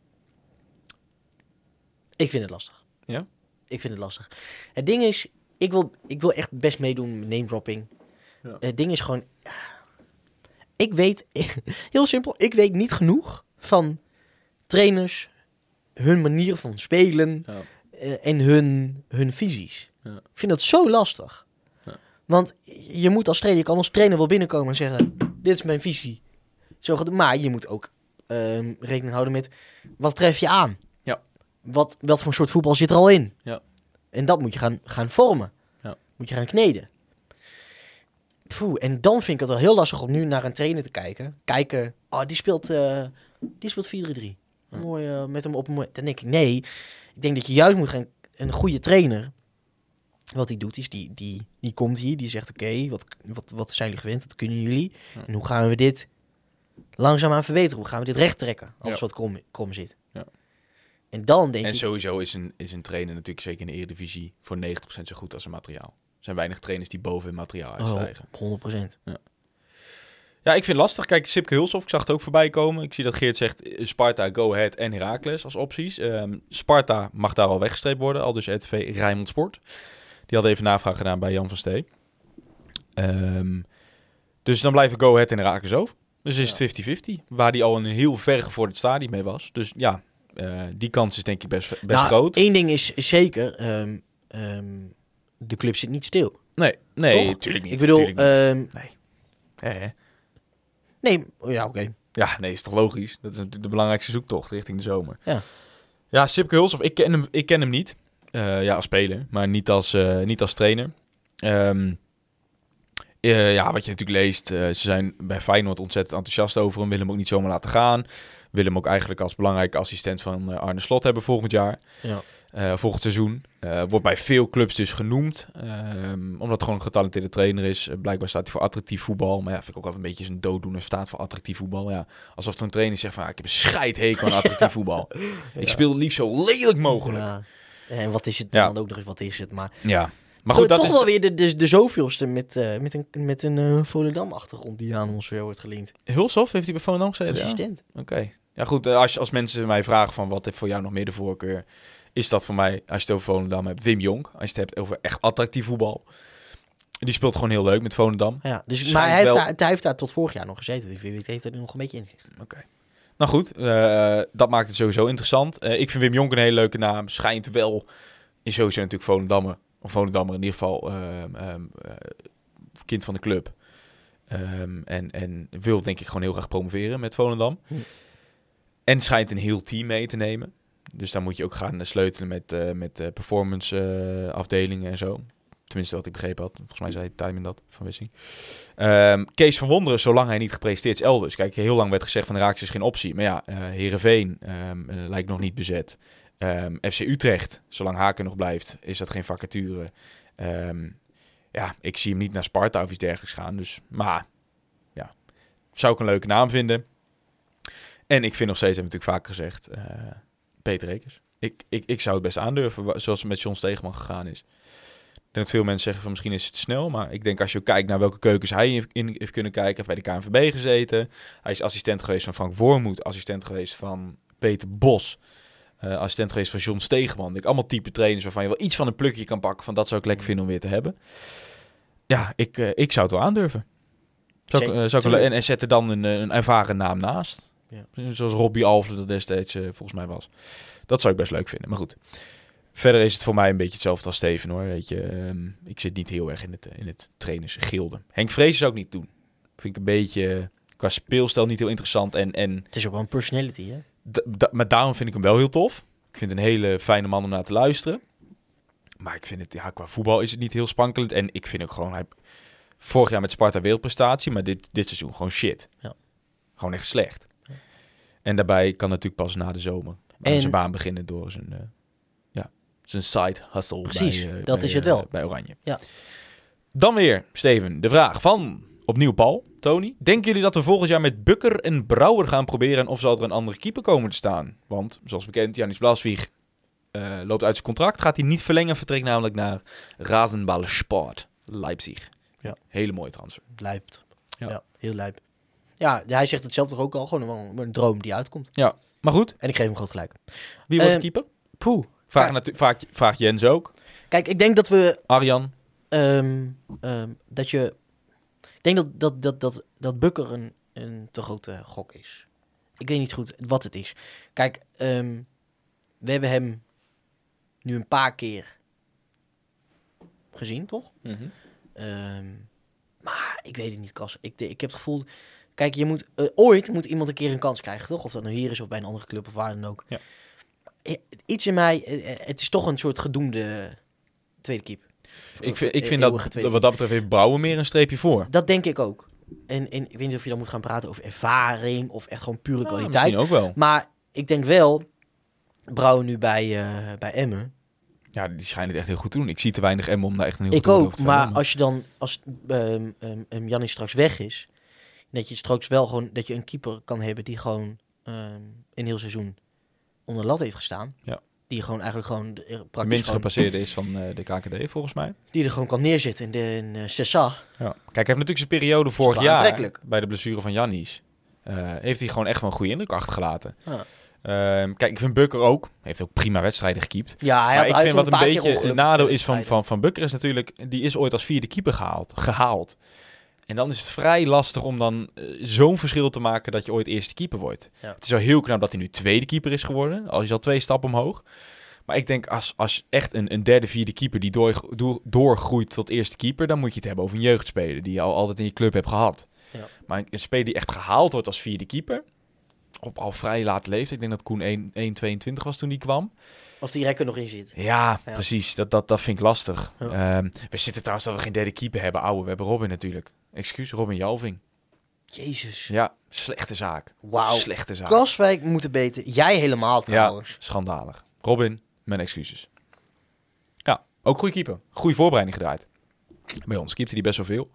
Ik vind het lastig. Ja? Ik vind het lastig. Het ding is, ik wil, ik wil echt best meedoen met name dropping. Ja. Het ding is gewoon, ik weet, heel simpel, ik weet niet genoeg van trainers, hun manier van spelen Ja. eh, en hun, hun visies. Ja. Ik vind dat zo lastig. Ja. Want je moet als trainer, je kan als trainer wel binnenkomen en zeggen, dit is mijn visie. Zo, gaat het. Maar je moet ook ehm, rekening houden met, wat tref je aan? Ja. Wat, wat voor soort voetbal zit er al in? Ja. En dat moet je gaan, gaan vormen. Ja. Moet je gaan kneden. Poeh, en dan vind ik het wel heel lastig om nu naar een trainer te kijken. Kijken, oh, die speelt, uh, die speelt vier drie drie. Ja. Mooi, uh, met hem op een mooi... Dan denk ik, nee. Ik denk dat je juist moet gaan... Een goede trainer, wat hij doet, is die, die, die komt hier. Die zegt, oké, okay, wat, wat, wat zijn jullie gewend? Wat kunnen jullie? Ja. En hoe gaan we dit langzaamaan verbeteren? Hoe gaan we dit recht trekken? Alles Ja. wat krom, krom zit. Ja. En dan denk En ik... sowieso is een, is een trainer natuurlijk zeker in de Eredivisie voor negentig procent zo goed als een materiaal. Er zijn weinig trainers die boven hun materiaal Oh, uitstijgen. honderd procent. Ja, ik vind het lastig. Kijk, Sipke Hulshoff, ik zag het ook voorbij komen. Ik zie dat Geert zegt eh, Sparta, Go Ahead en Heracles als opties. Ehm, Sparta mag daar al weggestreept worden, al dus R T V Rijnmond Sport. Die had even navraag gedaan bij Jan van Stee. Ehm, dus dan blijven Go Ahead en Heracles over. Dus is Ja. het vijftig vijftig, waar die al een heel ver gevorderd stadium mee was. Dus ja, uh, die kans is denk ik best, best nou, groot. Eén ding is zeker, um, um, de club zit niet stil. Nee, nee, Toch? natuurlijk niet. Ik bedoel, tuurlijk niet. um, nee. Eh, nee, oh ja, oké. Okay. Ja, nee, is toch logisch. Dat is natuurlijk de belangrijkste zoektocht richting de zomer. Ja, ja Sipke Hulshoff, ik ken hem, ik ken hem niet. Uh, ja, als speler, maar niet als, uh, niet als trainer. Um, uh, ja, wat je natuurlijk leest, uh, ze zijn bij Feyenoord ontzettend enthousiast over hem, willen hem ook niet zomaar laten gaan. Willen hem ook eigenlijk als belangrijke assistent van uh, Arne Slot hebben volgend jaar. ja. Uh, volgend seizoen. Uh, wordt bij veel clubs dus genoemd. Um, omdat het gewoon een getalenteerde trainer is. Uh, blijkbaar staat hij voor attractief voetbal. Maar ja, vind ik ook altijd een beetje zijn dooddoener staat voor attractief voetbal. Ja, alsof er een trainer zegt van, ah, ik heb een scheidhekel aan attractief voetbal. Ja. Ik speel het liefst zo lelijk mogelijk. Ja. En wat is het Ja. dan ook nog eens, wat is het? Maar, Ja. Maar goed, dat toch is wel weer de, de, de zoveelste met, uh, met een, met een uh, Volendam-achtergrond die aan ons weer wordt geleend. Hulshoff, heeft hij bij Volendam gezeten? Assistent. Ja. Oké. Okay. Ja goed, uh, als, als mensen mij vragen van wat heeft voor jou nog meer de voorkeur, is dat voor mij, als je het over Volendam hebt, Wim Jonk. Als je het hebt over echt attractief voetbal. Die speelt gewoon heel leuk met Volendam. Ja, dus, Schijnt maar hij heeft, wel- daar, hij heeft daar tot vorig jaar nog gezeten. Dus wie weet heeft hij er nog een beetje in. Oké. Okay. Nou goed, uh, dat maakt het sowieso interessant. Uh, ik vind Wim Jonk een hele leuke naam. Schijnt wel, is sowieso natuurlijk Volendammer. Of Volendammer in ieder geval, um, um, uh, kind van de club. Um, en, en wil denk ik gewoon heel graag promoveren met Volendam. Hm. En schijnt een heel team mee te nemen. Dus daar moet je ook gaan sleutelen met, uh, met uh, performance uh, afdelingen en zo. Tenminste wat ik begrepen had. Volgens mij zei Tijmen dat, Van Wissing. Um, Kees van Wonderen, zolang hij niet gepresenteerd is elders. Kijk, heel lang werd gezegd van Raaks is geen optie. Maar ja, uh, Heerenveen um, uh, lijkt nog niet bezet. Um, F C Utrecht, zolang Haken nog blijft, is dat geen vacature. Um, ja, ik zie hem niet naar Sparta of iets dergelijks gaan. Dus, maar ja, zou ik een leuke naam vinden. En ik vind nog steeds, heb ik natuurlijk vaak gezegd, uh, Peter Rekers. Ik, ik, ik zou het best aandurven, zoals het met John Stegeman gegaan is. Ik denk dat veel mensen zeggen van misschien is het te snel. Maar ik denk als je kijkt naar welke keukens hij in heeft kunnen kijken. Hij heeft bij de K N V B gezeten. Hij is assistent geweest van Frank Wormoed. Assistent geweest van Peter Bos. Uh, assistent geweest van John Stegeman. Ik denk allemaal type trainers waarvan je wel iets van een plukje kan pakken. Van dat zou ik lekker vinden om weer te hebben. Ja, ik, uh, ik zou het wel aandurven. Zou ik, uh, zou ik wel, en, en zet er dan een, een ervaren naam naast. Ja. Zoals Robbie Alfle dat destijds uh, volgens mij was. Dat zou ik best leuk vinden. Maar goed. Verder is het voor mij een beetje hetzelfde als Steven hoor. Weet je, um, ik zit niet heel erg in het, in het trainersgilde. Henk Vrezen zou ik niet doen. Vind ik een beetje qua speelstijl niet heel interessant. En, en Het is ook wel een personality, hè? d- d- maar daarom vind ik hem wel heel tof. Ik vind het een hele fijne man om naar te luisteren. Maar ik vind het, ja, qua voetbal is het niet heel spankelend. En ik vind ook gewoon, hij, vorig jaar met Sparta wereldprestatie, maar dit, dit seizoen gewoon shit. Ja. Gewoon echt slecht. Ja. En daarbij kan natuurlijk pas na de zomer aan En- zijn baan beginnen door zijn, uh, ja, zijn side hustle. Precies, bij, uh, dat bij, is het uh, wel. bij Oranje. Ja. Dan weer, Steven, de vraag van opnieuw Paul, Tony. Denken jullie dat we volgend jaar met Bukker en Brouwer gaan proberen of zal er een andere keeper komen te staan? Want, zoals bekend, Janis Blaswieg uh, loopt uit zijn contract. Gaat hij niet verlengen, vertrekt namelijk naar Rasenballsport Leipzig. Ja. Hele mooie transfer. Lijpt. Ja. Ja. Heel lijp. Ja, hij zegt het zelf toch ook al. Gewoon een, een droom die uitkomt. Ja, maar goed. En ik geef hem groot gelijk. Wie wordt Uh, de keeper? Poeh. Vraag, Kijk, natu- vraag, vraag Jens ook. kijk, ik denk dat we... Arjan. Um, um, dat je... Ik denk dat, dat, dat, dat, dat Bukker een, een te grote gok is. Ik weet niet goed wat het is. Kijk, um, we hebben hem nu een paar keer gezien, toch? Mm-hmm. Um, maar ik weet het niet, Kas. Ik, ik heb het gevoel... Kijk, je moet, uh, ooit moet iemand een keer een kans krijgen, toch? Of dat nou hier is of bij een andere club of waar dan ook. Ja. Iets in mij... Uh, het is toch een soort gedoemde tweede keeper. Ik vind, ik E- vind dat, eeuwige tweede wat dat betreft heeft Brouwer meer een streepje voor. Dat denk ik ook. En, en ik weet niet of je dan moet gaan praten over ervaring of echt gewoon pure Ja, kwaliteit. misschien ook wel. Maar ik denk wel, Brouwer nu bij, uh, bij Emmen. Ja, die schijnen het echt heel goed te doen. Ik zie te weinig M om daar echt een heel Ik goed oordeel ook, over te vellen, maar als je dan, als um, um, um, Jannis straks weg is, dat je straks wel gewoon, dat je een keeper kan hebben die gewoon um, een heel seizoen onder de lat heeft gestaan. Ja. Die gewoon eigenlijk gewoon eh, De praktisch minst gewoon, gepasseerde is van uh, de K K D volgens mij. die er gewoon kan neerzetten in, de, in uh, Sessa. Ja. Kijk, hij heeft natuurlijk zijn periode vorig wel jaar aantrekkelijk. bij de blessure van Jannis. Uh, heeft hij gewoon echt wel een goede indruk achtergelaten. Ja. Uh, kijk, ik vind Bukker ook. Heeft ook prima wedstrijden gekiept. Ja, hij Maar had, ik hij vind had wat een paar keer beetje ongeluk een nadeel in is van, wedstrijden. van, van Bukker is natuurlijk... Die is ooit als vierde keeper gehaald. gehaald. En dan is het vrij lastig om dan uh, zo'n verschil te maken dat je ooit eerste keeper wordt. Ja. Het is wel heel knap dat hij nu tweede keeper is geworden. Al is al twee stappen omhoog. Maar ik denk, als, als echt een, een derde, vierde keeper die door, door, doorgroeit tot eerste keeper, dan moet je het hebben over een jeugdspeler die je al altijd in je club hebt gehad. Ja. Maar een, een speler die echt gehaald wordt als vierde keeper, op al vrij late leeftijd, ik denk dat Koen één tweeëntwintig was toen die kwam. Of die rek er nog in zit. Ja, Ja. precies. Dat, dat, dat vind ik lastig. Ja. Ehm, we zitten trouwens dat we geen derde keeper hebben. Ouwe, we hebben Robin natuurlijk. Excuus, Robin Jalving. Jezus. Ja, slechte zaak. Wauw. Slechte zaak. Kaswijk moet er beter. Jij helemaal trouwens. Ja, schandalig. Robin, mijn excuses. Ja, ook goede keeper. Goede voorbereiding gedraaid. Bij ons keepte hij best wel veel.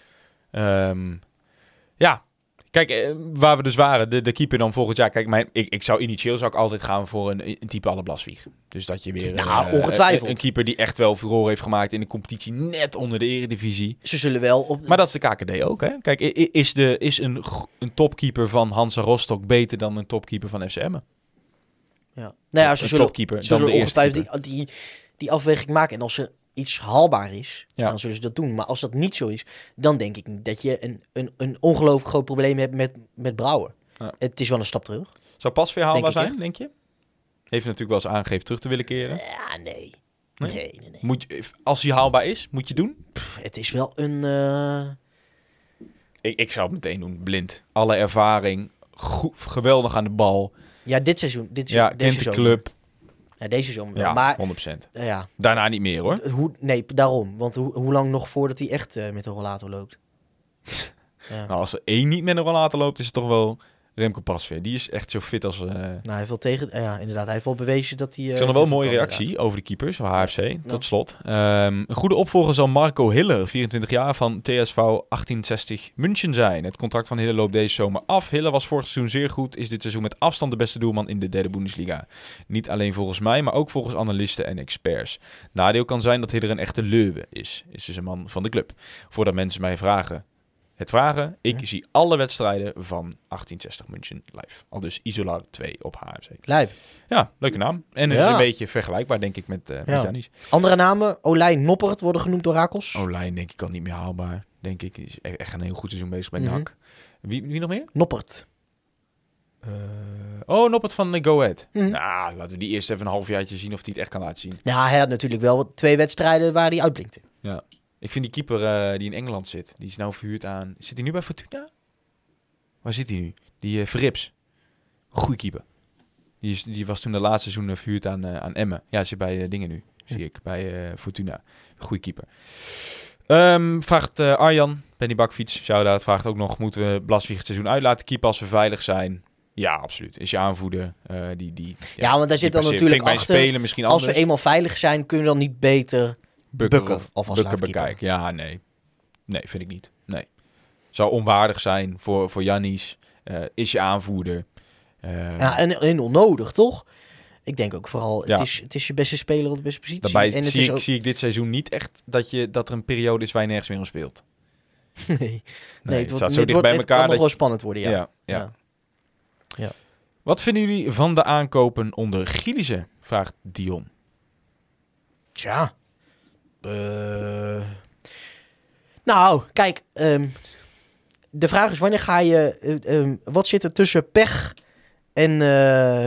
Ehm, ja, kijk, eh, waar we dus waren, de, de keeper dan volgend jaar. Kijk, mijn, ik, ik zou initieel zou ik altijd gaan voor een, een type Alle Blaswieg. Dus dat je weer Nou, eh, ongetwijfeld. Een, een keeper die echt wel furore heeft gemaakt in de competitie, net onder de eredivisie. Ze zullen wel op... Maar dat is de K K D ook, hè? Kijk, i- i- is, de, is een, g- een topkeeper van Hansa Rostock beter dan een topkeeper van F C Emmen? Ja. Nou ja, ze Een zullen, topkeeper ze dan zullen de eerste ongetwijfeld die, die, die afweging maken. En als er iets haalbaar is, Ja. dan zullen ze dat doen. Maar als dat niet zo is, dan denk ik niet dat je een, een, een ongelooflijk groot probleem hebt met, met Brouwer. Ja. Het is wel een stap terug. Zou pas weer haalbaar Denk ik zijn, echt. denk je? Heeft natuurlijk wel eens aangegeven terug te willen keren. Ja, nee. Nee? Nee, nee, nee. Moet je, als hij haalbaar is, moet je doen? Pff, het is wel een... eh, Ik, ik zou het meteen doen, blind. Alle ervaring, goed, geweldig aan de bal. Ja, dit seizoen. Dit Ja, seizoen, deze kent de zomer. club. Ja, deze zomer wel. Ja, Maar honderd procent. eh, ja, Daarna niet meer, hoor. d- hoe, nee, daarom. Want hoe, hoe lang nog voordat hij echt eh, met een rollator loopt? Ja. Nou, als er één niet met een rollator loopt, is het toch wel Remco Pasveer. Die is echt zo fit als... eh Nou, hij heeft wel tegen... eh, ja, inderdaad. Hij heeft wel bewezen dat hij... eh, Ik zag nog wel een dat mooie hij kan, reactie over de keepers van H F C, tot Ja. slot. Ehm, een goede opvolger zal Marco Hiller, vierentwintig jaar, van T S V achttienzestig München zijn. Het contract van Hiller loopt deze zomer af. Hiller was vorig seizoen zeer goed, is dit seizoen met afstand de beste doelman in de derde Bundesliga. Niet alleen volgens mij, maar ook volgens analisten en experts. Nadeel kan zijn dat Hiller een echte leuwe is. Is dus een man van de club. Voordat mensen mij vragen... Het vragen, ik Hm. zie alle wedstrijden van achttienzestig München live. Al dus Isolar twee op H F C. Lijp. Ja, leuke naam. En Ja. een beetje vergelijkbaar, denk ik, met, uh, met Ja. Janis. Andere namen, Olij Noppert worden genoemd door Rakels. Olijn, denk ik, kan niet meer haalbaar. Denk ik, is e- echt een heel goed seizoen bezig bij Mhm. N A C. Wie, wie nog meer? Noppert. Uh, oh, Noppert van uh, Go Ahead. Mhm. Nou, laten we die eerst even een halfjaartje zien of hij het echt kan laten zien. Nou, hij had natuurlijk wel wat- twee wedstrijden waar hij uitblinkte. Ja. Ik vind die keeper uh, die in Engeland zit, die is nou verhuurd aan... Zit hij nu bij Fortuna? Waar zit hij nu? Die uh, Verrips. Goeie keeper. Die, is, die was toen de laatste seizoen uh, verhuurd aan, uh, aan Emmen. Ja, zit bij uh, dingen nu, zie ik. Bij uh, Fortuna. Goeie keeper. Um, vraagt uh, Arjan, Penny Bakfiets, shout-out, vraagt ook nog... Moeten we Blaswieg het seizoen uit laten keepen als we veilig zijn? Ja, absoluut. Is je aanvoerder. Uh, die, die, Ja, want daar zit dan passeert. natuurlijk Vind ik bij achter... spelen misschien Als anders. we eenmaal veilig zijn, kunnen we dan niet beter... Bukker, Bukker of- alvast Bukker laten bekijken. Ja, nee. Nee, vind ik niet. Nee. Zou onwaardig zijn voor, voor Jannis. Uh, is je aanvoerder. Uh, Ja, en, en onnodig, toch? Ik denk ook vooral, Ja. het, is, het is je beste speler op de beste positie. Daarbij en het zie, is ik, ook... zie ik dit seizoen niet echt dat, je, dat er een periode is waar je nergens meer om speelt. nee, nee, Nee, het, het wordt, staat zo het, dicht wordt, bij het elkaar kan nog dat wel je- spannend worden, ja. Ja, ja. Ja. Ja. Wat vinden jullie van de aankopen onder Gielissen? Vraagt Dion. Tja. Eh. Nou, kijk. ehm, de vraag is, wanneer ga je... eh, ehm, wat zit er tussen pech en... eh,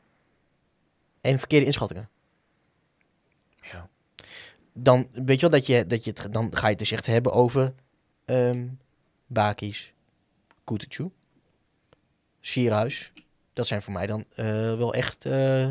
en verkeerde inschattingen? Ja. Dan weet je wel dat je, dat je het... Dan ga je het dus echt hebben over... ehm Bakis, Kutucu, Sierhuis. Dat zijn voor mij dan eh, wel echt... eh,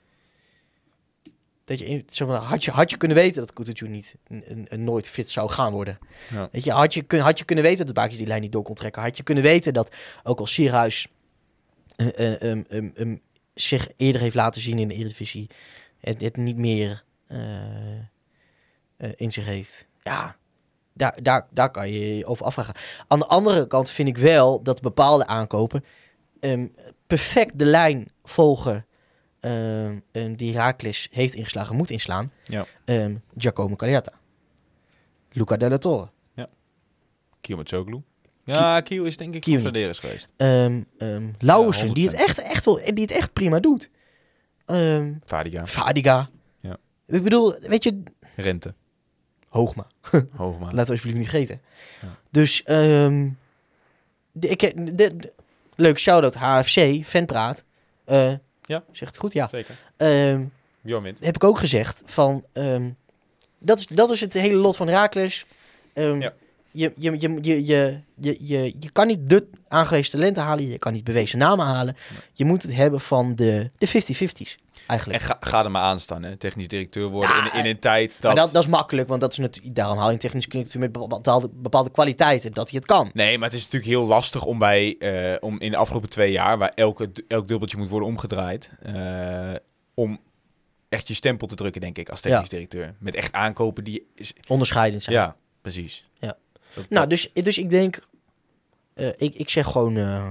dat je, in- zeg maar, had, je, had je kunnen weten dat Kutucu niet een, een, een nooit fit zou gaan worden. Ja. Weet je, had je, kun, had je kunnen weten dat Bakis die lijn niet door kon trekken. Had je kunnen weten dat ook als Sierhuis eh, eh, um, um, um, zich eerder heeft laten zien in de Eredivisie, het, het niet meer eh, eh, in zich heeft. Ja, daar, daar, daar kan je je over afvragen. Aan de andere kant vind ik wel dat bepaalde aankopen um, perfect de lijn volgen um, um, die Heracles heeft ingeslagen, moet inslaan. Ja. Um, Giacomo Cagliata. Luca Della Torre. Kiel met Zoglu. Ja, Kiel is denk ik Kiel voor niet. Vladeris geweest. Um, um, Lauwersen, Ja, die, het echt, echt wel, die het echt prima doet. Um, Vadiga. Vadiga. Ja. Ik bedoel, weet je... Rente. Hoogma. Hoogma. Laten we alsjeblieft niet vergeten. Ja. Dus, um, de, ik, de, de, leuk shout-out H F C, fanpraat. Uh, Ja. Zegt het goed? Ja. Zeker. Um, Bjorn wint. heb ik ook gezegd van... Um, dat, is, dat is het hele lot van Heracles. Um, Ja. je, je, je, je, je, je, je, je kan niet de aangewezen talenten halen. Je kan niet bewezen namen halen. Nee. Je moet het hebben van de, de vijftig-vijftig's. Eigenlijk. En ga, ga er maar aan staan, hè. Technisch directeur worden Ja, in, in een tijd dat... Maar dat, dat is makkelijk, want dat is natuurlijk, daarom haal je een technisch directeur met bepaalde, bepaalde kwaliteiten, dat hij het kan. Nee, maar het is natuurlijk heel lastig om bij... eh, om in de afgelopen twee jaar, waar elke, elk dubbeltje moet worden omgedraaid... eh, om echt je stempel te drukken, denk ik, als technisch Ja. directeur. Met echt aankopen die... Is, Onderscheidend zijn. ja, precies. Ja. Dat- Nou, dat- dus, dus ik denk, uh, ik, ik zeg gewoon uh,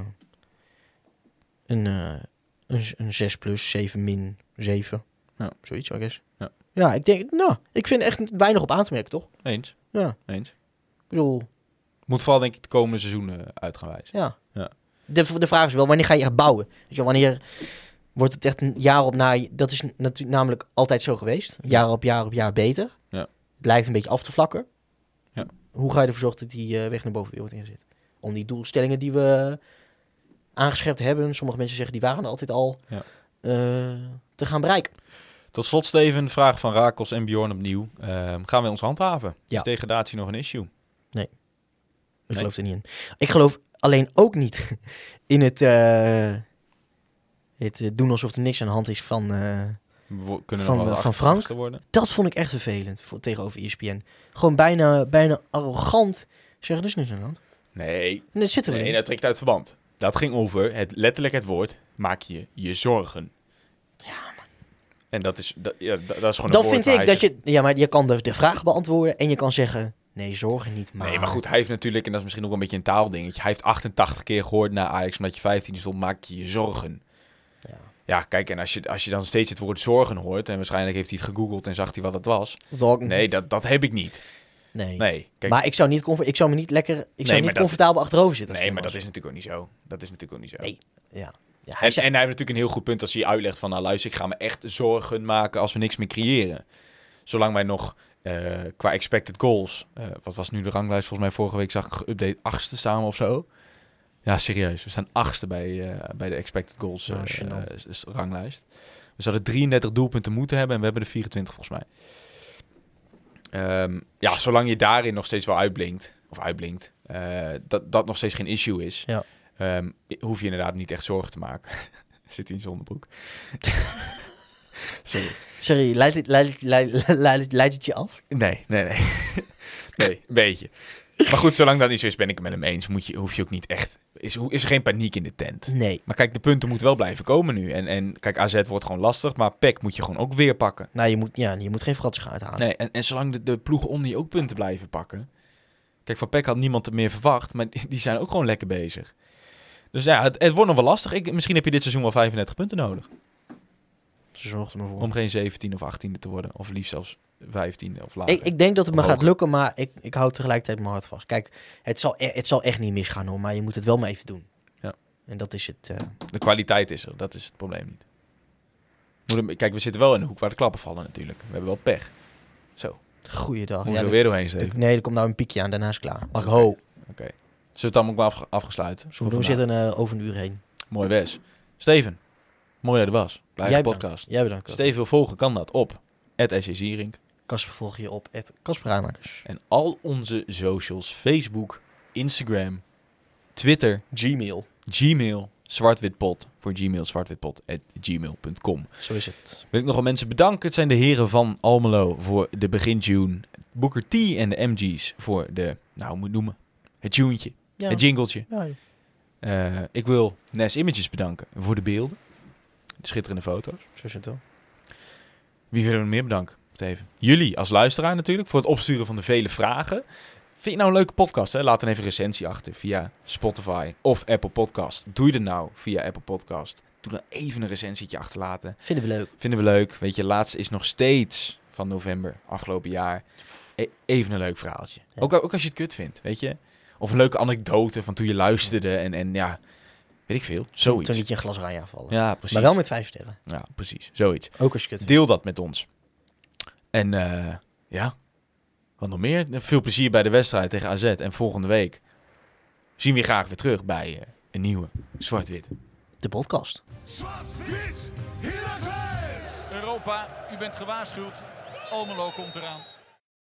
een, uh, een, een zes plus, zeven min, zeven. Ja. Zoiets, I guess. Ja. Ja, ik denk, nou, ik vind echt weinig op aan te merken, toch? Eens, Ja, eens. ik bedoel, Moet vooral denk ik de komende seizoenen uit gaan wijzen. ja. Ja. De, de vraag is wel, wanneer ga je echt bouwen? Weet je, wanneer wordt het echt een jaar op na... Dat is natu- namelijk altijd zo geweest. Jaar op jaar op jaar beter. Ja. Het lijkt een beetje af te vlakken. Ja. Hoe ga je ervoor zorgen dat die uh, weg naar boven weer wordt ingezet? Om die doelstellingen die we aangescherpt hebben... Sommige mensen zeggen, die waren er altijd al... Ja. Uh, te gaan bereiken. Tot slot, Steven, de vraag van Rakels en Bjorn opnieuw. Uh, gaan we ons handhaven? Ja. Is degradatie nog een issue? Ik Nee. geloof er niet in. Ik geloof alleen ook niet in het... Uh, het uh, doen alsof er niks aan de hand is van... Uh, We kunnen Van, nog wel uh, de van achtste- Frank? achtste worden. Dat vond ik echt vervelend voor, tegenover E S P N. Gewoon bijna, bijna arrogant zeggen, er is niks aan de hand. Nee, En dat zitten we nee, in. dat trekt uit verband. Dat ging over, het, letterlijk het woord, maak je je zorgen. Ja, man. En dat is, dat, ja, dat, dat is gewoon Dat een woord vind waar ik hij dat zich- je... Ja, maar je kan de, de vraag beantwoorden en je kan zeggen... Nee, zorgen niet, maar... Nee, maar goed, hij heeft natuurlijk, en dat is misschien ook een beetje een taaldingetje, hij heeft achtentachtig keer gehoord naar Ajax, omdat je vijftien stond, maak je je zorgen. Ja. Ja, kijk, en als je, als je dan steeds het woord zorgen hoort, en waarschijnlijk heeft hij het gegoogeld en zag hij wat het was. Zorgen. Nee, dat, dat heb ik niet. Nee. Nee, kijk, Maar ik zou, niet comfort, ik zou me niet lekker... Ik zou maar niet dat- comfortabel achterover zitten. als nee, ik maar hem dat is was. natuurlijk ook niet zo. Dat is natuurlijk ook niet zo. Nee. Ja. Ja, hij En, zei- en hij heeft natuurlijk een heel goed punt als hij uitlegt van... nou luister, ik ga me echt zorgen maken als we niks meer creëren. Zolang wij nog uh, qua expected goals... Uh, wat was nu de ranglijst? Volgens mij vorige week zag ik geüpdate achtste staan of zo. Ja, serieus. We staan achtste bij, uh, bij de expected goals uh, Oh, gênant. uh, s- ranglijst. We zouden drieëndertig doelpunten moeten hebben en we hebben er vierentwintig volgens mij. Um, ja, zolang je daarin nog steeds wel uitblinkt... of uitblinkt... Uh, dat dat nog steeds geen issue is... Ja. Um, hoef je inderdaad niet echt zorgen te maken. Zit hij in zonnebroek? Sorry. Sorry, leidt het, leidt, het- leidt, leidt, leidt het je af? Nee, nee, nee. nee, een beetje. Maar goed, zolang dat niet zo is, ben ik het met hem eens. Moet je, hoef je ook niet echt... Is, is er geen paniek in de tent. Nee. Maar kijk, de punten moeten wel blijven komen nu. En, en kijk, A Z wordt gewoon lastig. Maar P E C moet je gewoon ook weer pakken. Nou, je moet, ja, je moet geen fratsen gaan uithalen. Nee, en, en zolang de, de ploegen onder je ook punten blijven pakken... Kijk, van P E C had niemand het meer verwacht. Maar die, die zijn ook gewoon lekker bezig. Dus ja, het, het wordt nog wel lastig. Ik, misschien heb je dit seizoen wel vijfendertig punten nodig. Ze zorgt er maar voor. Om geen zeventiende of achttiende te worden. Of liefst zelfs vijftiende of lager. Ik, ik denk dat het me Hoger. gaat lukken, maar ik, ik hou tegelijkertijd mijn hart vast. Kijk, het zal, e- het zal echt niet misgaan hoor, maar je moet het wel maar even doen. Ja. En dat is het... Uh... De kwaliteit is er, dat is het probleem niet. Moet hem- Kijk, we zitten wel in een hoek waar de klappen vallen natuurlijk. We hebben wel pech. Zo, Goeiedag. moet Ja, er de- weer doorheen de- steven. nee, er komt nou een piekje aan, daarna is het klaar. Maar Oké. ho, Oké. Zullen we het dan ook wel afge- afgesluiten? we Voor zitten vandaag? uh, over een uur heen. Mooi Wes. Steven, mooi dat je er was. Blijf Jij de bedankt. podcast. Jij bedankt. Steven wil volgen, kan dat op at S J Zierink. Kasper volg je op het Kasper Rijmakers. En al onze socials, Facebook, Instagram, Twitter, Gmail. Gmail, zwartwitpot. Voor Gmail, zwartwitpot at gmail punt com. Zo is het. Wil ik nog wel mensen bedanken. Het zijn de heren van Almelo voor de begintune. Booker T en de M G's voor de, nou hoe moet je het noemen, het tunetje, Ja. het jingletje. Ja, joh. Uh, ik wil Nes Images bedanken voor de beelden. De schitterende foto's. Zo is het wel. Wie willen we nog meer bedanken? Steven? Jullie als luisteraar natuurlijk voor het opsturen van de vele vragen. Vind je nou een leuke podcast? Hè? Laat dan even een recensie achter via Spotify of Apple Podcast. Doe je dat nou via Apple Podcast? Doe toe dan even een recensietje achterlaten. Vinden we leuk. Vinden we leuk. Weet je, laatst is nog steeds van november, afgelopen jaar. E- even een leuk verhaaltje. Ja. Ook, ook als je het kut vindt, weet je. Of een leuke anekdote van toen je luisterde en, en ja, weet ik veel. Zoiets. Toen liet je een glas oranje afvallen. Ja, precies. Maar wel met vijf sterren. Ja, precies. Zoiets. Ook als je het Deel dat met ons. En uh, ja, wat nog meer? Veel plezier bij de wedstrijd tegen A Z. En volgende week zien we je graag weer terug bij uh, een nieuwe Zwart-Wit. De podcast. Zwart-wit, Heracles! Europa, u bent gewaarschuwd. Almelo komt eraan.